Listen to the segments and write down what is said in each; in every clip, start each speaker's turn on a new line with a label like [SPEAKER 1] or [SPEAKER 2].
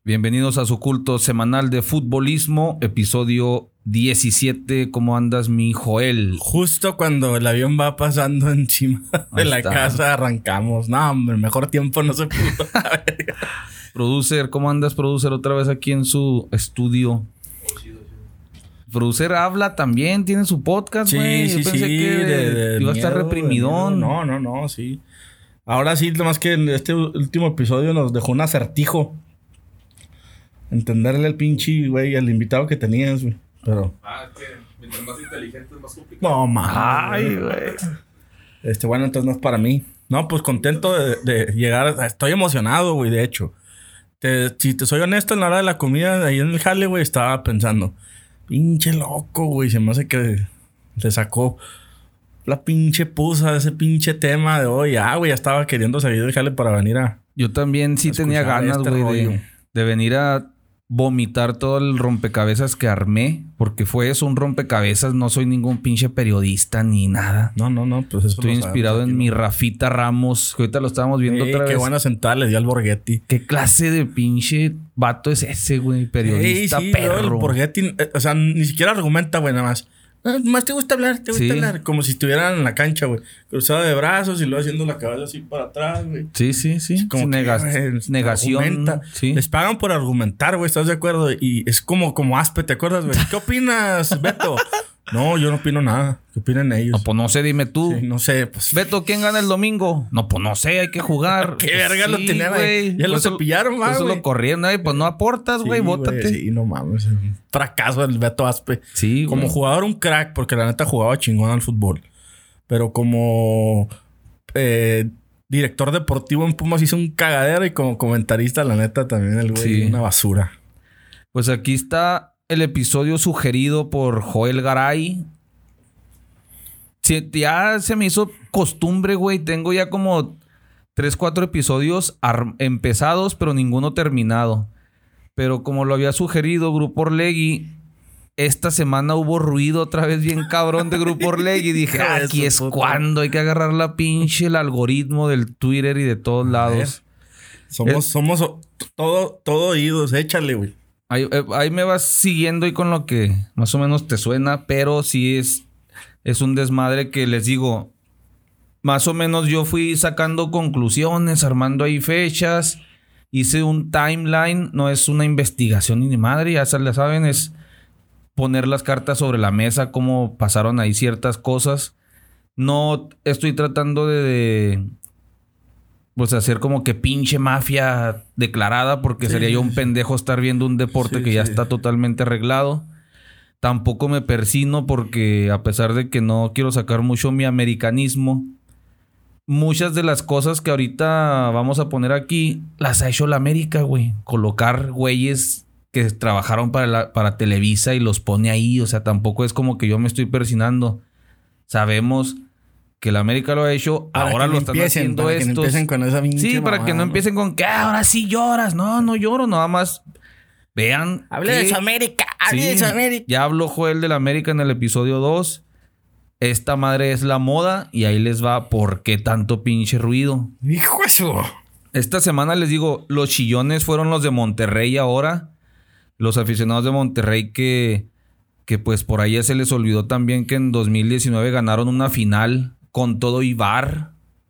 [SPEAKER 1] Bienvenidos a su culto semanal de futbolismo, episodio 17. ¿Cómo andas, mi Joel?
[SPEAKER 2] Justo cuando el avión va pasando encima de la casa arrancamos. No, hombre, mejor tiempo no se pudo.
[SPEAKER 1] Producer, ¿cómo andas, producer? Otra vez aquí en su estudio. Producer habla también, tiene su podcast, güey.
[SPEAKER 2] Sí,
[SPEAKER 1] Yo pensé que iba a estar reprimidón.
[SPEAKER 2] No, sí. Ahora sí, nomás que en este último episodio nos dejó un acertijo. Entenderle al pinche, güey, al invitado que tenías, güey. Pero...
[SPEAKER 3] es que mientras más inteligente es más complicado.
[SPEAKER 2] No, mames.
[SPEAKER 1] Ay, güey.
[SPEAKER 2] Bueno, entonces no es para mí. No, pues contento de llegar. Estoy emocionado, güey, de hecho. Si te soy honesto, en la hora de la comida, ahí en el jale, güey, estaba pensando... Pinche loco, güey. Se me hace que le sacó la pinche pusa de ese pinche tema de hoy. Güey, ya estaba queriendo salir del jale para venir a...
[SPEAKER 1] Yo también sí tenía ganas, güey, de venir a vomitar todo el rompecabezas que armé. Porque fue eso, un rompecabezas. No soy ningún pinche periodista ni nada.
[SPEAKER 2] No, pues eso
[SPEAKER 1] estoy inspirado en mi Rafita Ramos, que ahorita lo estábamos viendo otra vez.
[SPEAKER 2] Qué buena sentada le dio al Borghetti.
[SPEAKER 1] ¿Qué clase de pinche vato es ese, güey? Periodista, perro.
[SPEAKER 2] El Borghetti, o sea, ni siquiera argumenta, güey, nada más. Más te gusta hablar. Como si estuvieran en la cancha, güey. Cruzado de brazos y luego haciendo la cabeza así para atrás, güey.
[SPEAKER 1] Sí.
[SPEAKER 2] Como
[SPEAKER 1] negación.
[SPEAKER 2] Argumenta.
[SPEAKER 1] Sí.
[SPEAKER 2] Les pagan por argumentar, güey. ¿Estás de acuerdo? Y es como Aspe, ¿te acuerdas, güey? ¿Qué opinas, Beto? No, yo no opino nada. ¿Qué opinan ellos?
[SPEAKER 1] No, pues no sé, dime tú.
[SPEAKER 2] Sí, no sé, pues.
[SPEAKER 1] Beto, ¿quién gana el domingo? No, pues no sé, hay que jugar.
[SPEAKER 2] ¿Qué verga lo tenían ahí? Ya lo cepillaron, güey.
[SPEAKER 1] Eso lo corrieron, pues no aportas, güey, bótate.
[SPEAKER 2] Sí, no mames. Un fracaso el Beto Aspe.
[SPEAKER 1] Sí,
[SPEAKER 2] como jugador, un crack, porque la neta jugaba chingón al fútbol. Pero como director deportivo en Pumas hizo un cagadero y como comentarista, la neta, también el güey una basura.
[SPEAKER 1] Pues aquí está el episodio sugerido por Joel Garay. Sí, ya se me hizo costumbre, güey. Tengo ya como 3-4 episodios empezados, pero ninguno terminado. Pero como lo había sugerido Grupo Orlegui, esta semana hubo ruido otra vez bien cabrón de Grupo Orlegui. Y dije, aquí es cuando hay que agarrar la pinche el algoritmo del Twitter y de todos lados.
[SPEAKER 2] Somos todo oídos. Échale, güey.
[SPEAKER 1] Ahí me vas siguiendo y con lo que más o menos te suena, pero sí es un desmadre que les digo, más o menos yo fui sacando conclusiones, armando ahí fechas, hice un timeline, no es una investigación ni madre, ya la saben, es poner las cartas sobre la mesa, cómo pasaron ahí ciertas cosas. No estoy tratando de pues hacer como que pinche mafia declarada, porque sería yo un pendejo estar viendo un deporte que ya está totalmente arreglado. Tampoco me persino porque a pesar de que no quiero sacar mucho mi americanismo, muchas de las cosas que ahorita vamos a poner aquí las ha hecho la América, güey. Colocar güeyes que trabajaron para Televisa y los pone ahí. O sea, tampoco es como que yo me estoy persinando. Sabemos que la América lo ha hecho, para ahora lo están haciendo estos.
[SPEAKER 2] Que no empiecen con esa
[SPEAKER 1] sí, para que no empiecen con que ahora sí lloras. No lloro, nada más. Vean.
[SPEAKER 2] Hable de su América, de su América.
[SPEAKER 1] Ya habló Joel de la América en el episodio 2. Esta madre es la moda y ahí les va por qué tanto pinche ruido.
[SPEAKER 2] Hijo eso.
[SPEAKER 1] Esta semana les digo, los chillones fueron los de Monterrey ahora. Los aficionados de Monterrey que pues por ahí ya se les olvidó también que en 2019 ganaron una final con todo y VAR.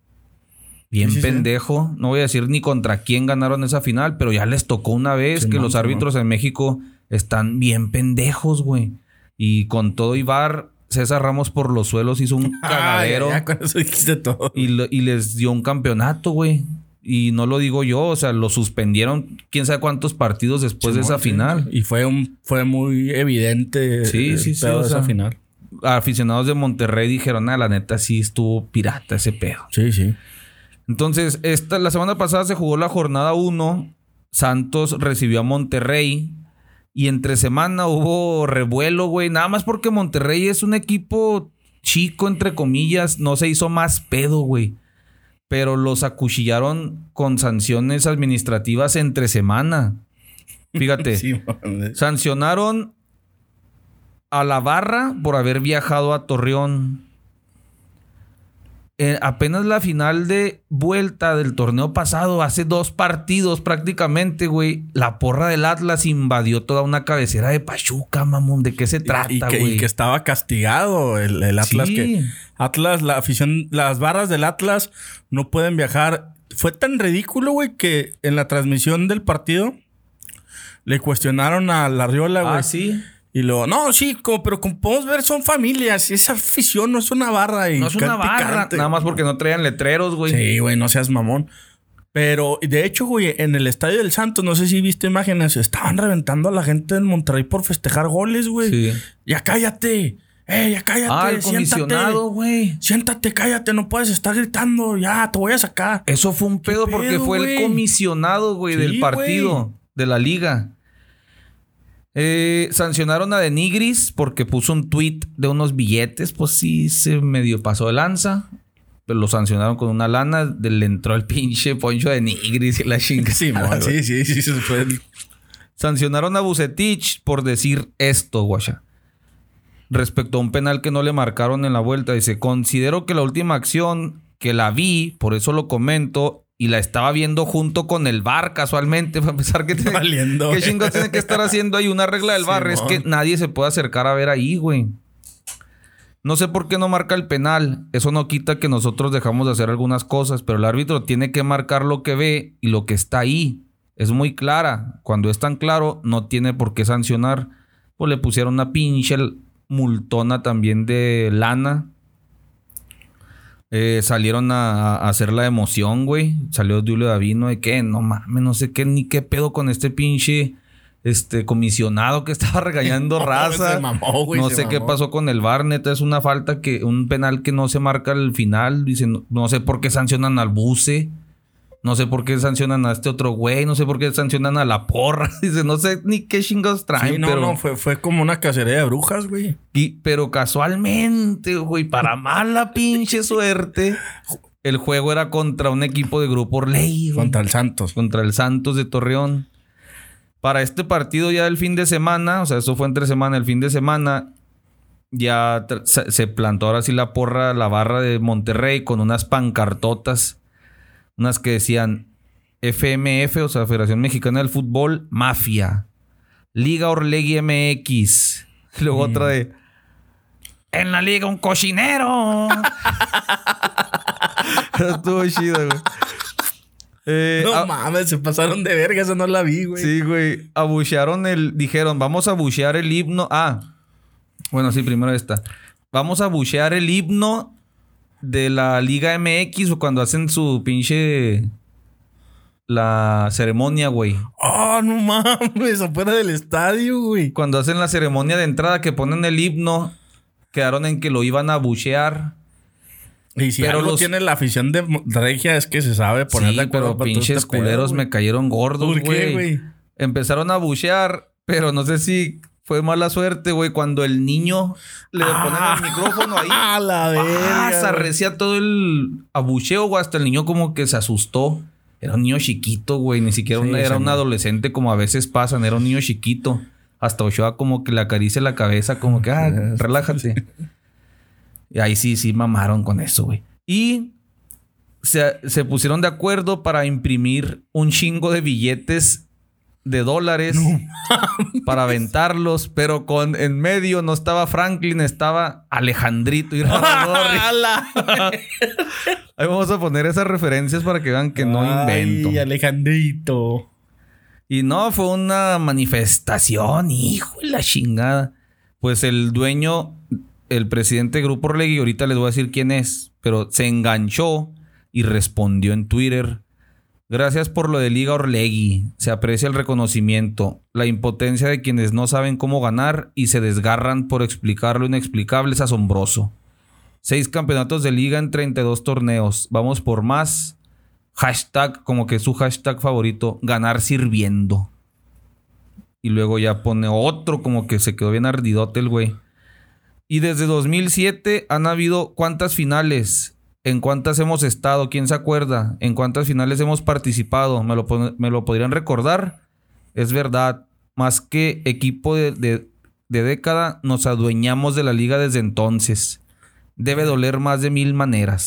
[SPEAKER 1] Bien pendejo. No voy a decir ni contra quién ganaron esa final, pero ya les tocó una vez que los árbitros en México están bien pendejos, güey. Y con todo y VAR, César Ramos por los suelos hizo un cagadero.
[SPEAKER 2] Ya con eso dijiste todo.
[SPEAKER 1] Y les dio un campeonato, güey. Y no lo digo yo, o sea, lo suspendieron quién sabe cuántos partidos después de esa final.
[SPEAKER 2] Y fue muy evidente esa final.
[SPEAKER 1] Aficionados de Monterrey dijeron, la neta sí estuvo pirata ese pedo.
[SPEAKER 2] Sí.
[SPEAKER 1] Entonces, la semana pasada se jugó la jornada 1. Santos recibió a Monterrey. Y entre semana hubo revuelo, güey. Nada más porque Monterrey es un equipo chico, entre comillas. No se hizo más pedo, güey. Pero los acuchillaron con sanciones administrativas entre semana. Fíjate.
[SPEAKER 2] Sí,
[SPEAKER 1] sancionaron a la barra por haber viajado a Torreón. apenas la final de vuelta del torneo pasado, hace 2 partidos prácticamente, güey, la porra del Atlas invadió toda una cabecera de Pachuca, mamón. ¿De qué se trata, güey?
[SPEAKER 2] Y que estaba castigado el Atlas.
[SPEAKER 1] Sí.
[SPEAKER 2] Que Atlas, la afición, las barras del Atlas no pueden viajar. Fue tan ridículo, güey, que en la transmisión del partido le cuestionaron a Larriola, güey.
[SPEAKER 1] Ah, sí.
[SPEAKER 2] Y luego, no, sí, pero como podemos ver, son familias. Y esa afición no es una barra. Y
[SPEAKER 1] No es una barra. Nada más porque no traían letreros, güey.
[SPEAKER 2] Sí, güey, no seas mamón. Pero, de hecho, güey, en el Estadio del Santos, no sé si viste imágenes, estaban reventando a la gente del Monterrey por festejar goles, güey.
[SPEAKER 1] Sí.
[SPEAKER 2] Ya cállate. Ya cállate.
[SPEAKER 1] El comisionado, güey.
[SPEAKER 2] Siéntate, cállate. No puedes estar gritando. Ya, te voy a sacar.
[SPEAKER 1] Eso fue un pedo porque fue
[SPEAKER 2] güey?
[SPEAKER 1] el comisionado, güey,
[SPEAKER 2] Sí,
[SPEAKER 1] del partido,
[SPEAKER 2] güey.
[SPEAKER 1] de la liga. Sancionaron a Denigris porque puso un tweet de unos billetes. Pues sí, se medio pasó de lanza. Pero lo sancionaron con una lana. Le entró el pinche Poncho de Nigris y la chinga.
[SPEAKER 2] Sí, se fue.
[SPEAKER 1] Sancionaron a Vucetich por decir esto, guacha. Respecto a un penal que no le marcaron en la vuelta. Dice, considero que la última acción que la vi, por eso lo comento, y la estaba viendo junto con el VAR casualmente. Para empezar, ¿qué chingados tiene que estar haciendo ahí? Una regla del VAR es que nadie se puede acercar a ver ahí, güey. No sé por qué no marca el penal. Eso no quita que nosotros dejamos de hacer algunas cosas, pero el árbitro tiene que marcar lo que ve y lo que está ahí. Es muy clara. Cuando es tan claro, no tiene por qué sancionar. Pues le pusieron una pinche multona también de lana. Salieron a hacer la emoción, güey. Salió Julio Davino de que no mames, no sé qué ni qué pedo con este pinche comisionado que estaba regañando raza.
[SPEAKER 2] Se mamó, güey,
[SPEAKER 1] no sé qué pasó con el VAR, neta, es una falta un penal que no se marca al final. Dicen, no sé por qué sancionan al Buce. No sé por qué sancionan a este otro güey. No sé por qué sancionan a la porra. Dice, no sé ni qué chingados traen.
[SPEAKER 2] Sí, no, fue como una cacería de brujas, güey.
[SPEAKER 1] Pero casualmente, güey, para mala pinche suerte, el juego era contra un equipo de Grupo Orlegui.
[SPEAKER 2] Contra el Santos.
[SPEAKER 1] Contra el Santos de Torreón. Para este partido ya del fin de semana, o sea, eso fue entre semana, el fin de semana, ya se plantó ahora sí la porra, la barra de Monterrey con unas pancartotas. Unas que decían FMF, o sea, Federación Mexicana del Fútbol, Mafia. Liga Orlegui MX. Y luego otra de en la liga un cochinero. Estuvo chido, güey.
[SPEAKER 2] No mames, se pasaron de verga, esa no la vi, güey.
[SPEAKER 1] Sí, güey. Abuchearon dijeron, vamos a abuchear el himno. Bueno, sí, primero esta. Vamos a abuchear el himno de la Liga MX o cuando hacen su pinche la ceremonia, güey.
[SPEAKER 2] No mames, afuera del estadio, güey.
[SPEAKER 1] Cuando hacen la ceremonia de entrada que ponen el himno, quedaron en que lo iban a abuchear.
[SPEAKER 2] Y si pero algo tiene la afición de Regia es que se sabe poner de acuerdo.
[SPEAKER 1] Pero pinches culeros me cayeron gordos, güey.
[SPEAKER 2] ¿Por qué, güey?
[SPEAKER 1] Empezaron a abuchear, pero no sé si fue mala suerte, güey, cuando el niño le ponen el micrófono ahí.
[SPEAKER 2] La verga.
[SPEAKER 1] Se arrecia todo el abucheo, güey. Hasta el niño como que se asustó. Era un niño chiquito, güey. Ni siquiera era un adolescente como a veces pasan. Era un niño chiquito. Hasta Ochoa como que le acaricia la cabeza como que, relájate. Y ahí sí mamaron con eso, güey. Y se pusieron de acuerdo para imprimir un chingo de billetes de dólares para aventarlos, pero en medio no estaba Franklin, estaba Alejandrito y Ahí vamos a poner esas referencias para que vean que no invento.
[SPEAKER 2] Ay, Alejandrito.
[SPEAKER 1] Y no, fue una manifestación, hijo de la chingada. Pues el dueño, el presidente de Grupo Orlegui, ahorita les voy a decir quién es, pero se enganchó y respondió en Twitter: gracias por lo de Liga Orlegui. Se aprecia el reconocimiento. La impotencia de quienes no saben cómo ganar y se desgarran por explicar lo inexplicable es asombroso. 6 campeonatos de liga en 32 torneos. Vamos por más. Hashtag, como que es su hashtag favorito, ganar sirviendo. Y luego ya pone otro, como que se quedó bien ardidote el güey. Y desde 2007 han habido ¿cuántas finales? ¿En cuántas hemos estado? ¿Quién se acuerda? ¿En cuántas finales hemos participado? ¿Me lo podrían recordar? Es verdad. Más que equipo de década, nos adueñamos de la liga desde entonces. Debe doler más de 1000 maneras.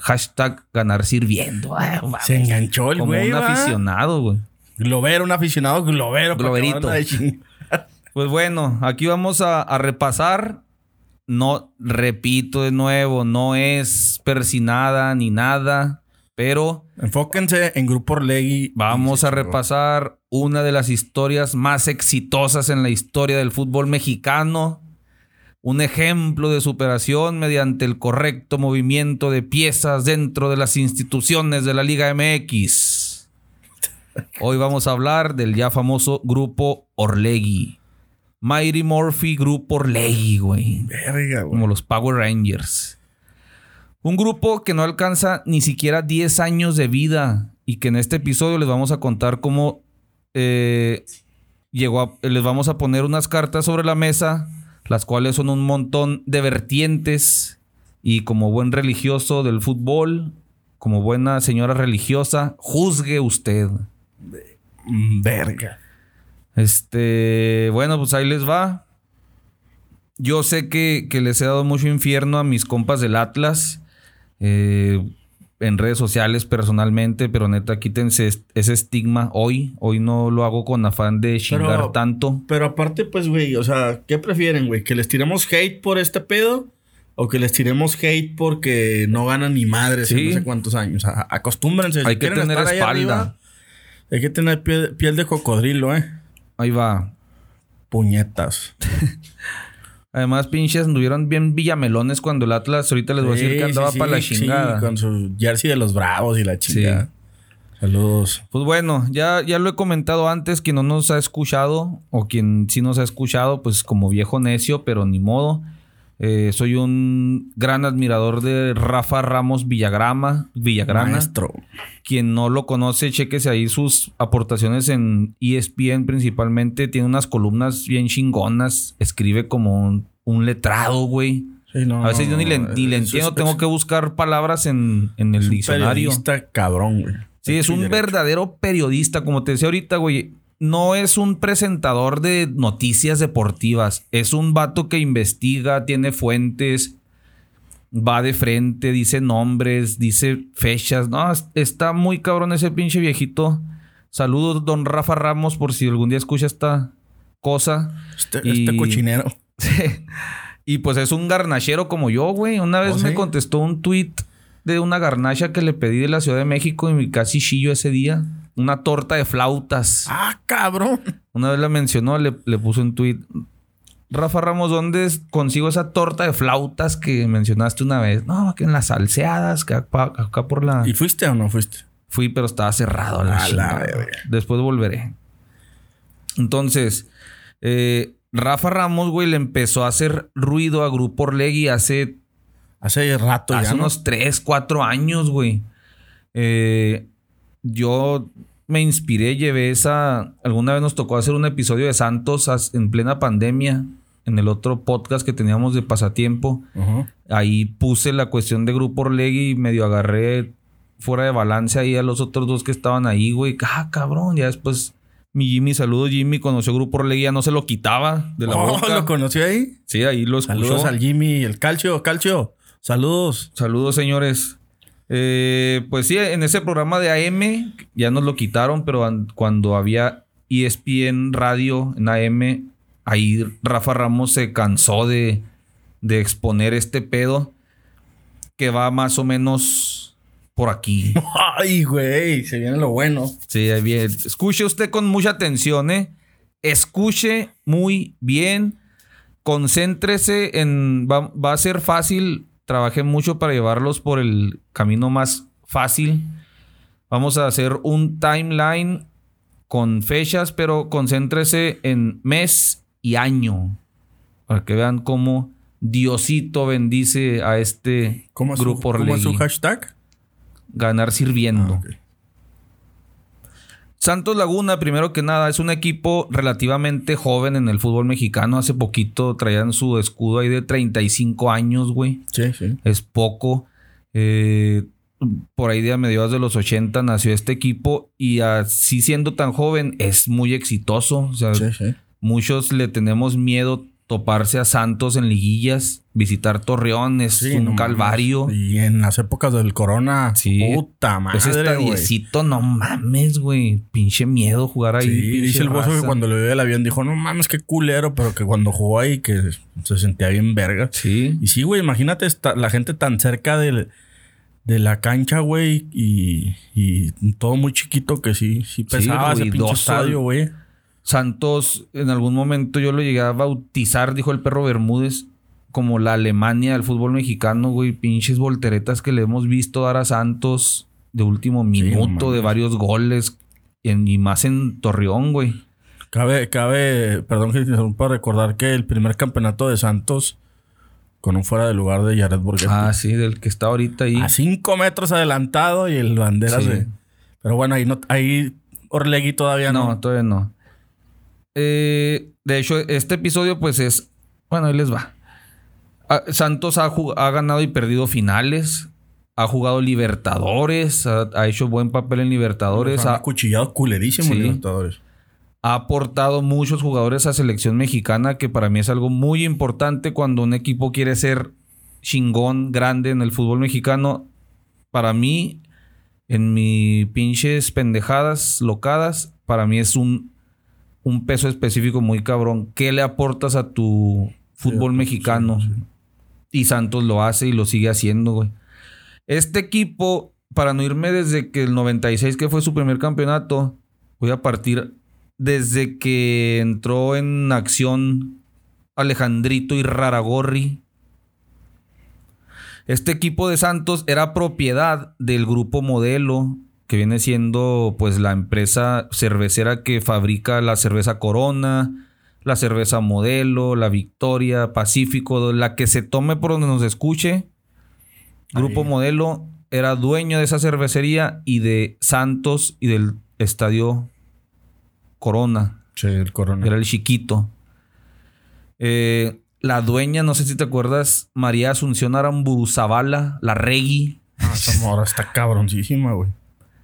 [SPEAKER 1] Hashtag ganar sirviendo.
[SPEAKER 2] Se enganchó el
[SPEAKER 1] como
[SPEAKER 2] güey,
[SPEAKER 1] un aficionado, güey.
[SPEAKER 2] Globero, un aficionado globero.
[SPEAKER 1] Globerito. Pues bueno, aquí vamos a repasar. No, repito de nuevo, no es persinada ni nada, pero
[SPEAKER 2] enfóquense en Grupo Orlegui.
[SPEAKER 1] Vamos a repasar una de las historias más exitosas en la historia del fútbol mexicano. Un ejemplo de superación mediante el correcto movimiento de piezas dentro de las instituciones de la Liga MX. Hoy vamos a hablar del ya famoso Grupo Orlegui. Mighty Murphy Grupo Orlegui, güey.
[SPEAKER 2] Verga, güey.
[SPEAKER 1] Como los Power Rangers. Un grupo que no alcanza ni siquiera 10 años de vida y que en este episodio les vamos a contar cómo les vamos a poner unas cartas sobre la mesa, las cuales son un montón de vertientes, y como buen religioso del fútbol, como buena señora religiosa, juzgue usted.
[SPEAKER 2] Verga.
[SPEAKER 1] Bueno, pues ahí les va. Yo sé que les he dado mucho infierno a mis compas del Atlas. En redes sociales, personalmente, pero neta, quítense ese estigma hoy. Hoy no lo hago con afán de chingar tanto.
[SPEAKER 2] Pero aparte, pues, güey, o sea, ¿qué prefieren, güey? ¿Que les tiremos hate por este pedo? ¿O que les tiremos hate porque no ganan ni madres en no sé cuántos años? Acostúmbrense.
[SPEAKER 1] Hay que tener espalda.
[SPEAKER 2] Arriba, hay que tener piel de cocodrilo,
[SPEAKER 1] Ahí va.
[SPEAKER 2] Puñetas.
[SPEAKER 1] Además, pinches anduvieron bien villamelones cuando el Atlas, ahorita les voy a decir que andaba para la chingada.
[SPEAKER 2] Sí, con su jersey de los Bravos y la chingada. Sí. Saludos.
[SPEAKER 1] Pues bueno, ya lo he comentado antes, quien no nos ha escuchado, o quien sí nos ha escuchado, pues como viejo necio, pero ni modo. Soy un gran admirador de Rafa Ramos Villagrana.
[SPEAKER 2] Maestro.
[SPEAKER 1] Quien no lo conoce, chéquese ahí sus aportaciones en ESPN principalmente. Tiene unas columnas bien chingonas. Escribe como un letrado, güey.
[SPEAKER 2] Sí, no,
[SPEAKER 1] a veces yo ni le entiendo. Tengo que buscar palabras en el diccionario.
[SPEAKER 2] Es un periodista cabrón, güey.
[SPEAKER 1] Sí, es un verdadero periodista. Como te decía ahorita, güey. No es un presentador de noticias deportivas. Es un vato que investiga, tiene fuentes, va de frente, dice nombres, dice fechas. No, está muy cabrón ese pinche viejito. Saludos, don Rafa Ramos, por si algún día escucha esta cosa.
[SPEAKER 2] Este cochinero.
[SPEAKER 1] Y pues es un garnachero como yo, güey. Una vez me contestó un tweet de una garnacha que le pedí de la Ciudad de México y casi chillo ese día. Una torta de flautas.
[SPEAKER 2] ¡Ah, cabrón!
[SPEAKER 1] Una vez la mencionó, le puso un tweet. Rafa Ramos, ¿dónde consigo esa torta de flautas que mencionaste una vez? No, que en las salseadas, que acá por la...
[SPEAKER 2] ¿Y fuiste o no fuiste?
[SPEAKER 1] Fui, pero estaba cerrado la chingada. Después volveré. Entonces, Rafa Ramos, güey, le empezó a hacer ruido a Grupo Orlegui hace
[SPEAKER 2] rato ya,
[SPEAKER 1] hace unos 3, 4 años, güey. Yo me inspiré, alguna vez nos tocó hacer un episodio de Santos en plena pandemia, en el otro podcast que teníamos de Pasatiempo. Uh-huh. Ahí puse la cuestión de Grupo Orlegui y medio agarré fuera de balance ahí a los otros dos que estaban ahí, güey. Cabrón, ya después mi Jimmy, saludos Jimmy, conoció Grupo Orlegui, ya no se lo quitaba de la boca.
[SPEAKER 2] ¿Lo conoció ahí?
[SPEAKER 1] Sí, ahí lo escuchó.
[SPEAKER 2] Saludos al Jimmy, el Calcio. Saludos.
[SPEAKER 1] Saludos, señores. Pues sí, en ese programa de AM ya nos lo quitaron, pero cuando había ESPN Radio en AM, ahí Rafa Ramos se cansó de exponer este pedo que va más o menos por aquí.
[SPEAKER 2] Ay, güey, se viene lo bueno.
[SPEAKER 1] Sí, ahí viene. Escuche usted con mucha atención, Escuche muy bien. Concéntrese va a ser fácil. Trabajé mucho para llevarlos por el camino más fácil. Vamos a hacer un timeline con fechas, pero concéntrese en mes y año. Para que vean cómo Diosito bendice a este Grupo Orlegui.
[SPEAKER 2] ¿Cómo es su hashtag?
[SPEAKER 1] Ganar sirviendo. Okay. Santos Laguna, primero que nada, es un equipo relativamente joven en el fútbol mexicano. Hace poquito traían su escudo ahí de 35 años, güey.
[SPEAKER 2] Sí.
[SPEAKER 1] Es poco. Por ahí de a mediados de los 80 nació este equipo y así siendo tan joven es muy exitoso. O sea,
[SPEAKER 2] sí.
[SPEAKER 1] Muchos le tenemos miedo toparse a Santos en liguillas, visitar Torreón es un calvario.
[SPEAKER 2] Mames. Y en las épocas del corona, puta madre,
[SPEAKER 1] ese estadiecito, no mames, güey. Pinche miedo jugar ahí.
[SPEAKER 2] Sí, dice el Bozo que cuando le vio el avión dijo, no mames, qué culero, pero que cuando jugó ahí que se sentía bien verga.
[SPEAKER 1] Sí.
[SPEAKER 2] Y sí, güey, imagínate la gente tan cerca de la cancha, güey, y todo muy chiquito que sí pesaba ese pinche estadio, güey.
[SPEAKER 1] Santos, en algún momento yo lo llegué a bautizar, dijo el Perro Bermúdez, como la Alemania del fútbol mexicano, güey. Pinches volteretas que le hemos visto dar a Santos de último minuto, de varios goles, y más en Torreón, güey.
[SPEAKER 2] Cabe, perdón que te interrumpa, recordar que el primer campeonato de Santos con un fuera de lugar de Jared Borghetti.
[SPEAKER 1] Ah, sí, del que está ahorita ahí.
[SPEAKER 2] A 5 metros adelantado y el bandera Pero bueno, ahí Orlegui todavía no.
[SPEAKER 1] No, todavía no. De hecho, este episodio pues es... Bueno, ahí les va. Santos ha ganado y perdido finales. Ha jugado Libertadores. Ha hecho buen papel en Libertadores.
[SPEAKER 2] Ha cuchillado culerísimo en Libertadores.
[SPEAKER 1] Ha aportado muchos jugadores a selección mexicana, que para mí es algo muy importante cuando un equipo quiere ser chingón, grande en el fútbol mexicano. Para mí, en mis pinches pendejadas locadas, para mí es un peso específico muy cabrón. ¿Qué le aportas a tu fútbol mexicano? Sí. Y Santos lo hace y lo sigue haciendo, güey. Este equipo, para no irme desde que el 96, que fue su primer campeonato, voy a partir desde que entró en acción Alejandrito Irarrágorri. Este equipo de Santos era propiedad del Grupo Modelo, que viene siendo pues la empresa cervecera que fabrica la cerveza Corona, la cerveza Modelo, la Victoria, Pacífico, la que se tome por donde nos escuche. Grupo Modelo era dueño de esa cervecería y de Santos y del estadio Corona.
[SPEAKER 2] Sí, el Corona.
[SPEAKER 1] Era el chiquito. La dueña, no sé si te acuerdas, María Asunción Aramburu Zavala, la Regui.
[SPEAKER 2] Esa morra está cabroncísima, güey.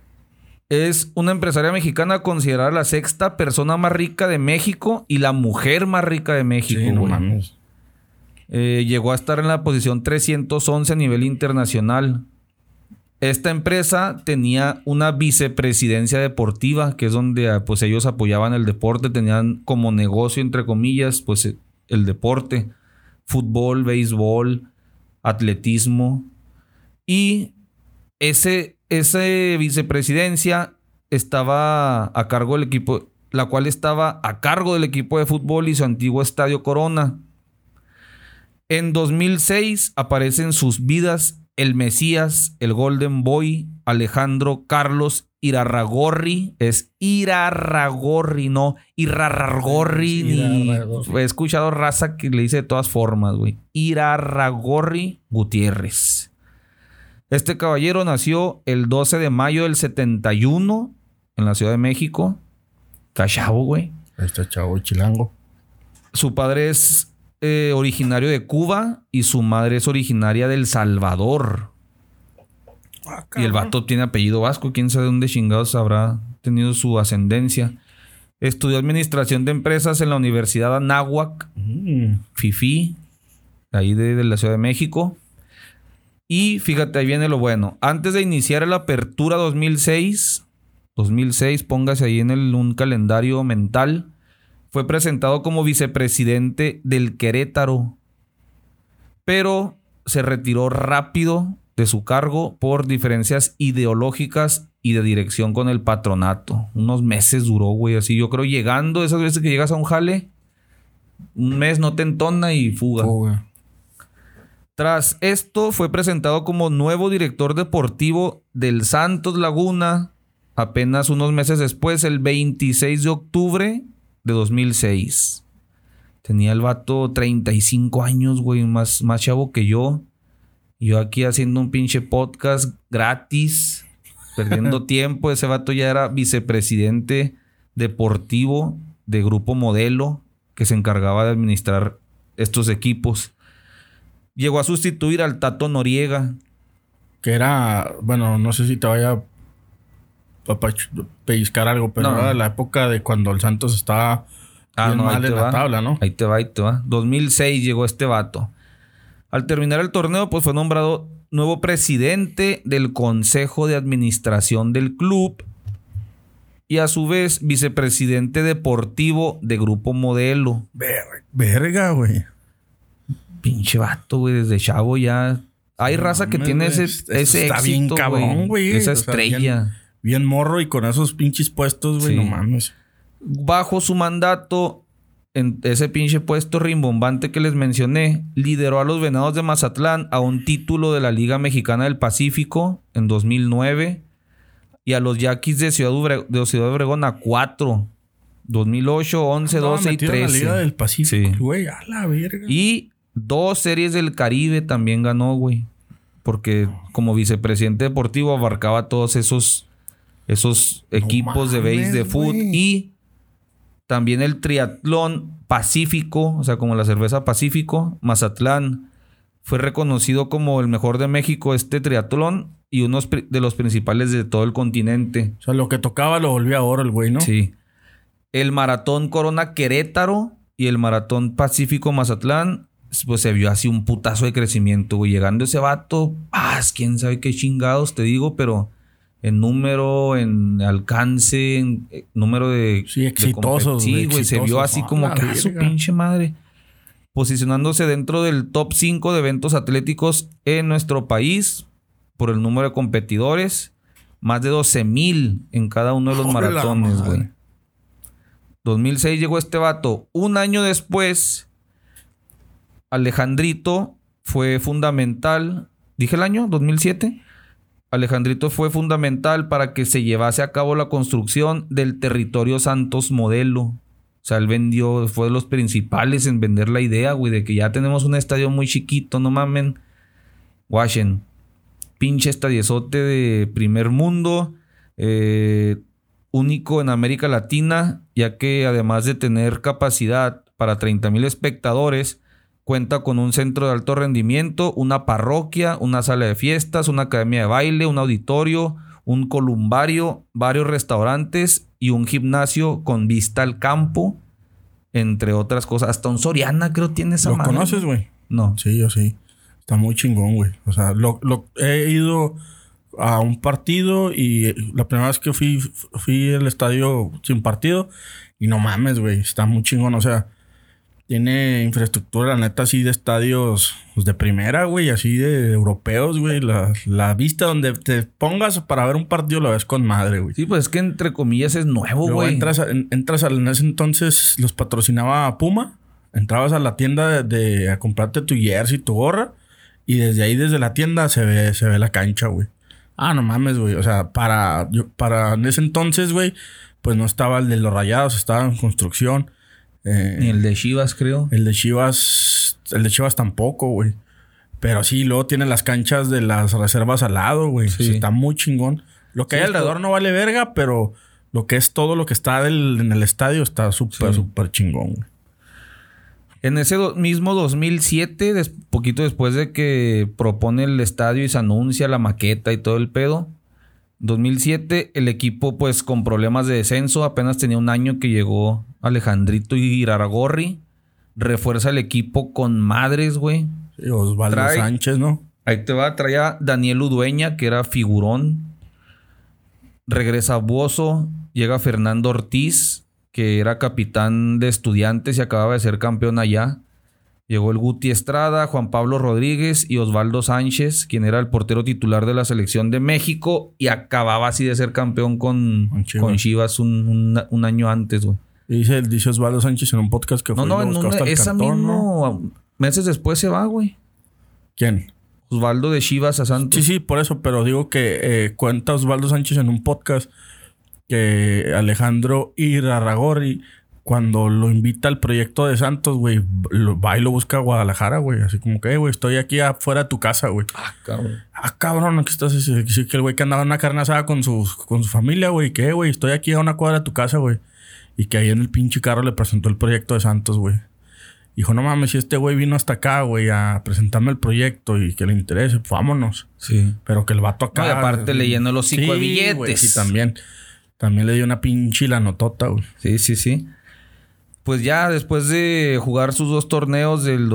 [SPEAKER 1] Es una empresaria mexicana considerada la 6ª persona más rica de México y la mujer más rica de México.
[SPEAKER 2] Sí, no mames.
[SPEAKER 1] Llegó a estar en la posición 311 a nivel internacional. Esta empresa tenía una vicepresidencia deportiva, que es donde pues ellos apoyaban el deporte, tenían como negocio, entre comillas, pues el deporte, fútbol, béisbol, atletismo. Y esa vicepresidencia estaba a cargo del equipo, la cual estaba a cargo del equipo de fútbol y su antiguo estadio Corona. En 2006 aparece en sus vidas el Mesías, el Golden Boy, Alejandro Carlos Irarrágorri. Es Irarrágorri, no Irarrágorri. He escuchado raza que le dice de todas formas, güey. Irarrágorri Gutiérrez. Este caballero nació el 12 de mayo del 71 en la Ciudad de México. Está chavo, güey.
[SPEAKER 2] Está chavo, chilango.
[SPEAKER 1] Su padre es originario de Cuba y su madre es originaria de El Salvador. Y el vato tiene apellido vasco. Quién sabe dónde chingados habrá tenido su ascendencia. Estudió administración de empresas en la Universidad Anáhuac, FIFI, ahí de la Ciudad de México. Y fíjate, ahí viene lo bueno. Antes de iniciar la apertura 2006, póngase ahí en un calendario mental, fue presentado como vicepresidente del Querétaro, pero se retiró rápido de su cargo por diferencias ideológicas y de dirección con el patronato. Unos meses duró, güey, así. Yo creo llegando, esas veces que llegas a un jale, un mes no te entona y fuga. Tras esto, fue presentado como nuevo director deportivo del Santos Laguna apenas unos meses después, el 26 de octubre de 2006. Tenía el vato 35 años, güey, más chavo que yo. Yo aquí haciendo un pinche podcast gratis, perdiendo tiempo. Ese vato ya era vicepresidente deportivo de Grupo Modelo, que se encargaba de administrar estos equipos. Llegó a sustituir al Tato Noriega.
[SPEAKER 2] Que era, bueno, no sé si te vaya a pellizcar algo, pero era de la época de cuando el Santos estaba Bien
[SPEAKER 1] no, ahí
[SPEAKER 2] mal
[SPEAKER 1] te
[SPEAKER 2] en la
[SPEAKER 1] va.
[SPEAKER 2] tabla, ¿no?
[SPEAKER 1] Ahí te va. 2006 llegó este vato. Al terminar el torneo, pues fue nombrado nuevo presidente del Consejo de Administración del club y a su vez vicepresidente deportivo de Grupo Modelo.
[SPEAKER 2] Verga, güey.
[SPEAKER 1] Pinche vato, güey, desde chavo ya. Hay raza que tiene ese
[SPEAKER 2] está
[SPEAKER 1] éxito,
[SPEAKER 2] bien cabrón, güey.
[SPEAKER 1] Esa
[SPEAKER 2] O sea,
[SPEAKER 1] estrella.
[SPEAKER 2] bien morro y con esos pinches puestos, güey,
[SPEAKER 1] Sí.
[SPEAKER 2] no mames.
[SPEAKER 1] Bajo su mandato, en ese pinche puesto rimbombante que les mencioné, lideró a los Venados de Mazatlán a un título de la Liga Mexicana del Pacífico en 2009 y a los Yaquis de Ciudad Obregón a 4. 2008, 11, 12 y
[SPEAKER 2] metido en
[SPEAKER 1] 13.
[SPEAKER 2] la Liga del Pacífico,
[SPEAKER 1] Sí.
[SPEAKER 2] güey, a la verga.
[SPEAKER 1] Y 2 series del Caribe también ganó, güey. Porque como vicepresidente deportivo abarcaba todos esos equipos de
[SPEAKER 2] mames,
[SPEAKER 1] base de fútbol.
[SPEAKER 2] güey.
[SPEAKER 1] Y también el triatlón Pacífico, o sea, como la cerveza Pacífico, Mazatlán, fue reconocido como el mejor de México este triatlón y uno de los principales de todo el continente.
[SPEAKER 2] O sea, lo que tocaba lo volvía oro el güey, ¿no?
[SPEAKER 1] Sí. El maratón Corona Querétaro y el maratón Pacífico Mazatlán, pues se vio así un putazo de crecimiento, güey. Llegando ese vato, quién sabe qué chingados te digo, pero en número, en alcance, en número de...
[SPEAKER 2] Sí, exitosos,
[SPEAKER 1] Sí, güey, se vio así como que su
[SPEAKER 2] verga.
[SPEAKER 1] pinche madre. Posicionándose dentro del top 5 de eventos atléticos en nuestro país por el número de competidores. Más de 12,000 en cada uno de los
[SPEAKER 2] ¡Joder, la
[SPEAKER 1] maratones,
[SPEAKER 2] madre!
[SPEAKER 1] güey. 2006 llegó este vato. Un año después, Alejandrito fue fundamental. ¿Dije el año? ¿2007? Alejandrito fue fundamental para que se llevase a cabo la construcción del Territorio Santos Modelo. O sea, él fue de los principales en vender la idea, güey, de que ya tenemos un estadio muy chiquito, no mamen. Washington. Pinche estadiezote de primer mundo. Único en América Latina, ya que además de tener capacidad para 30,000 espectadores, cuenta con un centro de alto rendimiento, una parroquia, una sala de fiestas, una academia de baile, un auditorio, un columbario, varios restaurantes y un gimnasio con vista al campo, entre otras cosas. Hasta un Soriana creo tiene esa
[SPEAKER 2] ¿Lo
[SPEAKER 1] madre.
[SPEAKER 2] conoces, güey?
[SPEAKER 1] No.
[SPEAKER 2] Sí, yo sí. Está muy chingón, güey. O sea, he ido a un partido y la primera vez que fui al estadio sin partido y no mames, güey. Está muy chingón. O sea, tiene infraestructura, la neta, así de estadios pues, de primera, güey. Así de europeos, güey. La vista donde te pongas para ver un partido la ves con madre, güey.
[SPEAKER 1] Sí, pues es que entre comillas es nuevo,
[SPEAKER 2] Luego
[SPEAKER 1] güey.
[SPEAKER 2] en ese entonces los patrocinaba Puma. Entrabas a la tienda a comprarte tu jersey, tu gorra. Y desde la tienda se ve la cancha, güey. No mames, güey. O sea, para en ese entonces, güey, pues no estaba el de los Rayados, estaba en construcción.
[SPEAKER 1] Ni el de Chivas, creo.
[SPEAKER 2] El de Chivas tampoco, güey. Pero sí, luego tiene las canchas de las reservas al lado, güey.
[SPEAKER 1] Sí.
[SPEAKER 2] O sea, está muy chingón. Lo que hay alrededor no vale verga, pero lo que es todo lo que está en el estadio está súper, súper chingón, güey.
[SPEAKER 1] En ese mismo 2007, poquito después de que propone el estadio y se anuncia la maqueta y todo el pedo, 2007 el equipo pues con problemas de descenso, apenas tenía un año que llegó Alejandrito Iraragorri, refuerza el equipo con madres, güey.
[SPEAKER 2] Sí, Osvaldo Sánchez, ¿no?
[SPEAKER 1] Ahí te va, traía Daniel Udueña, que era figurón. Regresa Buoso, llega Fernando Ortiz, que era capitán de Estudiantes y acababa de ser campeón allá. Llegó el Guti Estrada, Juan Pablo Rodríguez y Osvaldo Sánchez, quien era el portero titular de la selección de México y acababa así de ser campeón con Chivas un año antes, güey.
[SPEAKER 2] Dice Osvaldo Sánchez en un podcast que
[SPEAKER 1] meses después se va, güey.
[SPEAKER 2] ¿Quién?
[SPEAKER 1] Osvaldo de Chivas a Santos.
[SPEAKER 2] Sí, por eso, pero digo que cuenta Osvaldo Sánchez en un podcast que Alejandro Irarragorri, cuando lo invita al proyecto de Santos, güey, va y lo busca a Guadalajara, güey. Así como que, güey, estoy aquí afuera de tu casa, güey. Cabrón, aquí estás. Sí, que el güey que andaba en una carne asada con su familia, güey. ¿Qué, güey? Estoy aquí a una cuadra de tu casa, güey. Y que ahí en el pinche carro le presentó el proyecto de Santos, güey. Dijo, no mames, si este güey vino hasta acá, güey, a presentarme el proyecto y que le interese, pues vámonos.
[SPEAKER 1] Sí.
[SPEAKER 2] Pero que el vato acá...
[SPEAKER 1] No, y aparte le llenó el hocico de billetes.
[SPEAKER 2] Güey, sí, también. También le dio una pinche la notota, güey.
[SPEAKER 1] Sí. Pues ya después de jugar sus 2 torneos del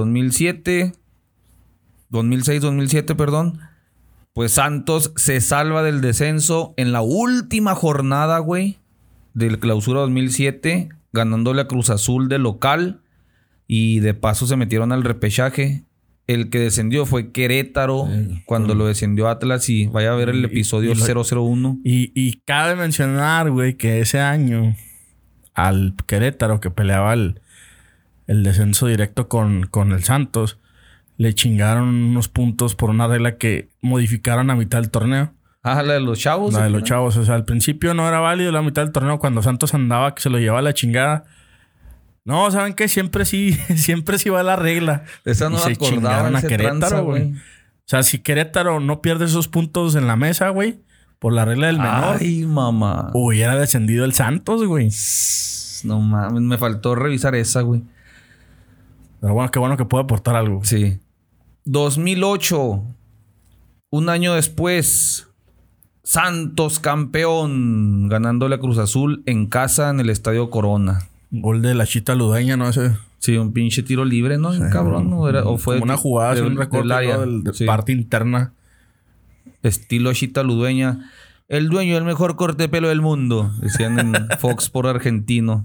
[SPEAKER 1] 2006-2007, perdón, pues Santos se salva del descenso en la última jornada, güey, del Clausura 2007, ganándole a Cruz Azul de local y de paso se metieron al repechaje. El que descendió fue Querétaro cuando lo descendió Atlas y vaya a ver el episodio 001.
[SPEAKER 2] Y cabe mencionar, güey, que ese año al Querétaro que peleaba el descenso directo con el Santos, le chingaron unos puntos por una regla que modificaron a mitad del torneo.
[SPEAKER 1] Ah, la de los chavos.
[SPEAKER 2] La de los chavos. O sea, al principio no era válido la mitad del torneo cuando Santos andaba que se lo llevaba a la chingada. No, ¿saben qué? Siempre sí va la regla.
[SPEAKER 1] Esa no
[SPEAKER 2] se chingaron a Querétaro, güey. O sea, si Querétaro no pierde esos puntos en la mesa, güey, por la regla del menor.
[SPEAKER 1] Ay, mamá.
[SPEAKER 2] Hubiera descendido el Santos, güey.
[SPEAKER 1] No mames, me faltó revisar esa, güey.
[SPEAKER 2] Pero bueno, qué bueno que puedo aportar algo.
[SPEAKER 1] Sí. 2008. Un año después. Santos campeón. Ganándole a Cruz Azul en casa en el Estadio Corona.
[SPEAKER 2] Gol de la Chita Ludeña, ¿no? Ese.
[SPEAKER 1] Sí, un pinche tiro libre, ¿no? Sí, cabrón, ¿no? O fue
[SPEAKER 2] como una jugada, un recorte de
[SPEAKER 1] sí.
[SPEAKER 2] Parte interna.
[SPEAKER 1] Estilo Chita Ludueña. El dueño del mejor corte de pelo del mundo. Decían en Fox por argentino.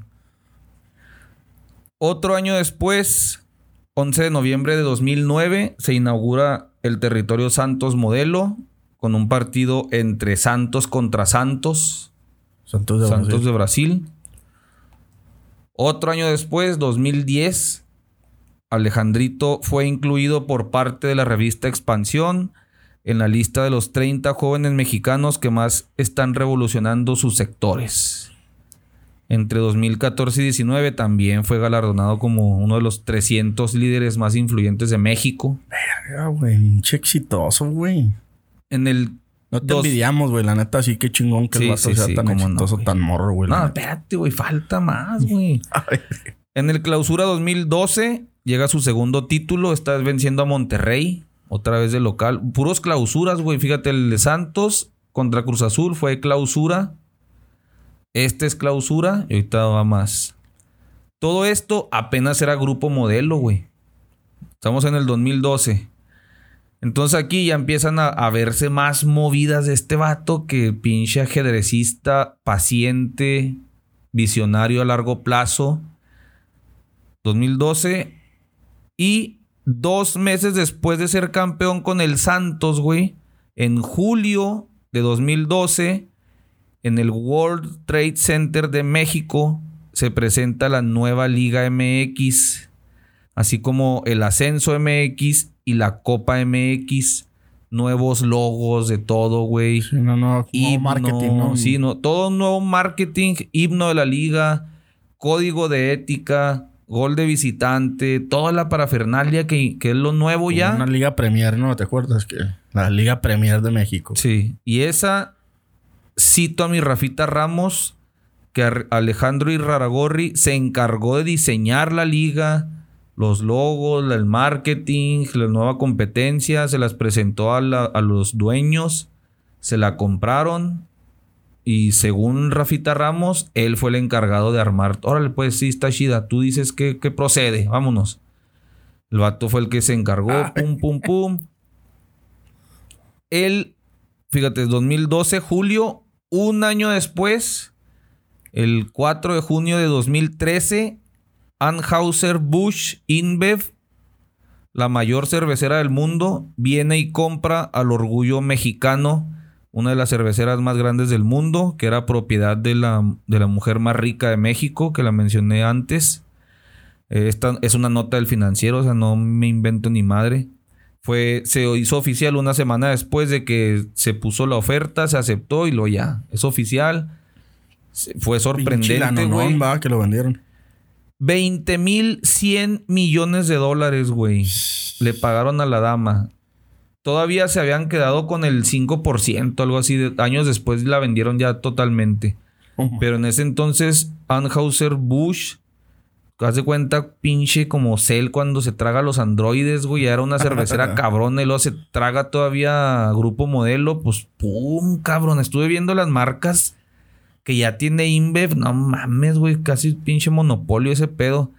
[SPEAKER 1] Otro año después, 11 de noviembre de 2009, se inaugura el territorio Santos Modelo con un partido entre Santos contra Santos. Santos de Brasil. Otro año después, 2010, Alejandrito fue incluido por parte de la revista Expansión en la lista de los 30 jóvenes mexicanos que más están revolucionando sus sectores. Entre 2014 y 2019 también fue galardonado como uno de los 300 líderes más influyentes de México.
[SPEAKER 2] Verga, güey. Un exitoso, güey.
[SPEAKER 1] En el...
[SPEAKER 2] No te envidiamos, güey. La neta, sí, qué chingón que el vato sea tan exitoso, tan morro, güey.
[SPEAKER 1] No, espérate, güey. Falta más, güey. En el Clausura 2012 llega su segundo título. Esta vez venciendo a Monterrey. Otra vez de local. Puros clausuras, güey. Fíjate, el de Santos contra Cruz Azul fue clausura. Este es clausura. Y ahorita va más. Todo esto apenas era Grupo Modelo, güey. Estamos en el 2012. Entonces aquí ya empiezan a verse más movidas de este vato que pinche ajedrecista, paciente, visionario a largo plazo. 2012. Y 2 meses después de ser campeón con el Santos, güey, en julio de 2012, en el World Trade Center de México, se presenta la nueva Liga MX, así como el Ascenso MX y la Copa MX. Nuevos logos de todo, güey.
[SPEAKER 2] Sí, nuevo marketing, ¿no?
[SPEAKER 1] Sí, todo nuevo marketing, himno de la liga, código de ética, gol de visitante, toda la parafernalia que es lo nuevo ya.
[SPEAKER 2] Una Liga Premier, ¿no? ¿Te acuerdas? Que la Liga Premier de México.
[SPEAKER 1] Sí. Y esa, cito a mi Rafita Ramos, que Alejandro Irarrágorri se encargó de diseñar la liga, los logos, el marketing, la nueva competencia, se las presentó a los dueños, se la compraron y según Rafita Ramos, él fue el encargado de armar. Órale, pues sí, está chida. Tú dices que procede, vámonos. El vato fue el que se encargó, pum. Él, fíjate, 2012, julio, un año después, el 4 de junio de 2013, Anheuser-Busch InBev, la mayor cervecera del mundo, viene y compra al Orgullo Mexicano, una de las cerveceras más grandes del mundo, que era propiedad de la mujer más rica de México, que la mencioné antes. Esta es una nota del Financiero, o sea, no me invento ni madre. Se hizo oficial una semana después de que se puso la oferta, se aceptó y lo ya. Es oficial. Fue sorprendente, güey.
[SPEAKER 2] Que lo vendieron.
[SPEAKER 1] 20,100 millones de dólares, güey. Le pagaron a la dama. Todavía se habían quedado con el 5%, algo así. Años después la vendieron ya totalmente. Pero en ese entonces, Anheuser-Busch, haz de cuenta, pinche como Cell cuando se traga los androides, güey. Ya era una cervecera cabrón. Y luego se traga todavía Grupo Modelo. Pues, pum, cabrón. Estuve viendo las marcas que ya tiene InBev. No mames, güey. Casi pinche monopolio ese pedo.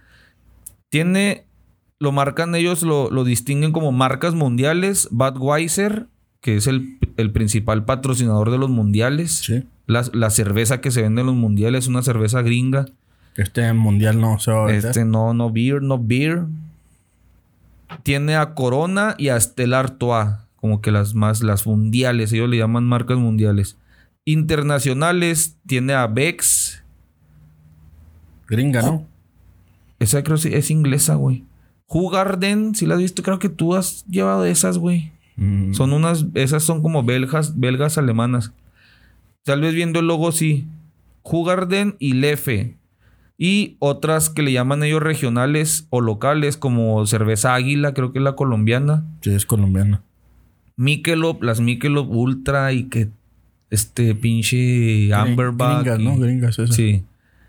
[SPEAKER 1] Lo marcan ellos, lo distinguen como marcas mundiales. Budweiser, que es el principal patrocinador de los mundiales.
[SPEAKER 2] Sí.
[SPEAKER 1] La cerveza que se vende en los mundiales es una cerveza gringa.
[SPEAKER 2] Este mundial no se va a vender.
[SPEAKER 1] No beer. Tiene a Corona y a Stella Artois, como que las mundiales. Ellos le llaman marcas mundiales. Internacionales, tiene a Beck's.
[SPEAKER 2] Gringa, ¿no?
[SPEAKER 1] Esa creo que es inglesa, güey. Hoegaarden, si la has visto, creo que tú has llevado esas, güey. Esas son como belgas alemanas. Tal vez viendo el logo, sí. Hoegaarden y Leffe. Y otras que le llaman ellos regionales o locales, como cerveza Águila, creo que es la colombiana.
[SPEAKER 2] Sí, es colombiana.
[SPEAKER 1] Michelob, las Michelob Ultra y que pinche Amberback.
[SPEAKER 2] Gringas, ¿no? Gringas, esas.
[SPEAKER 1] Sí.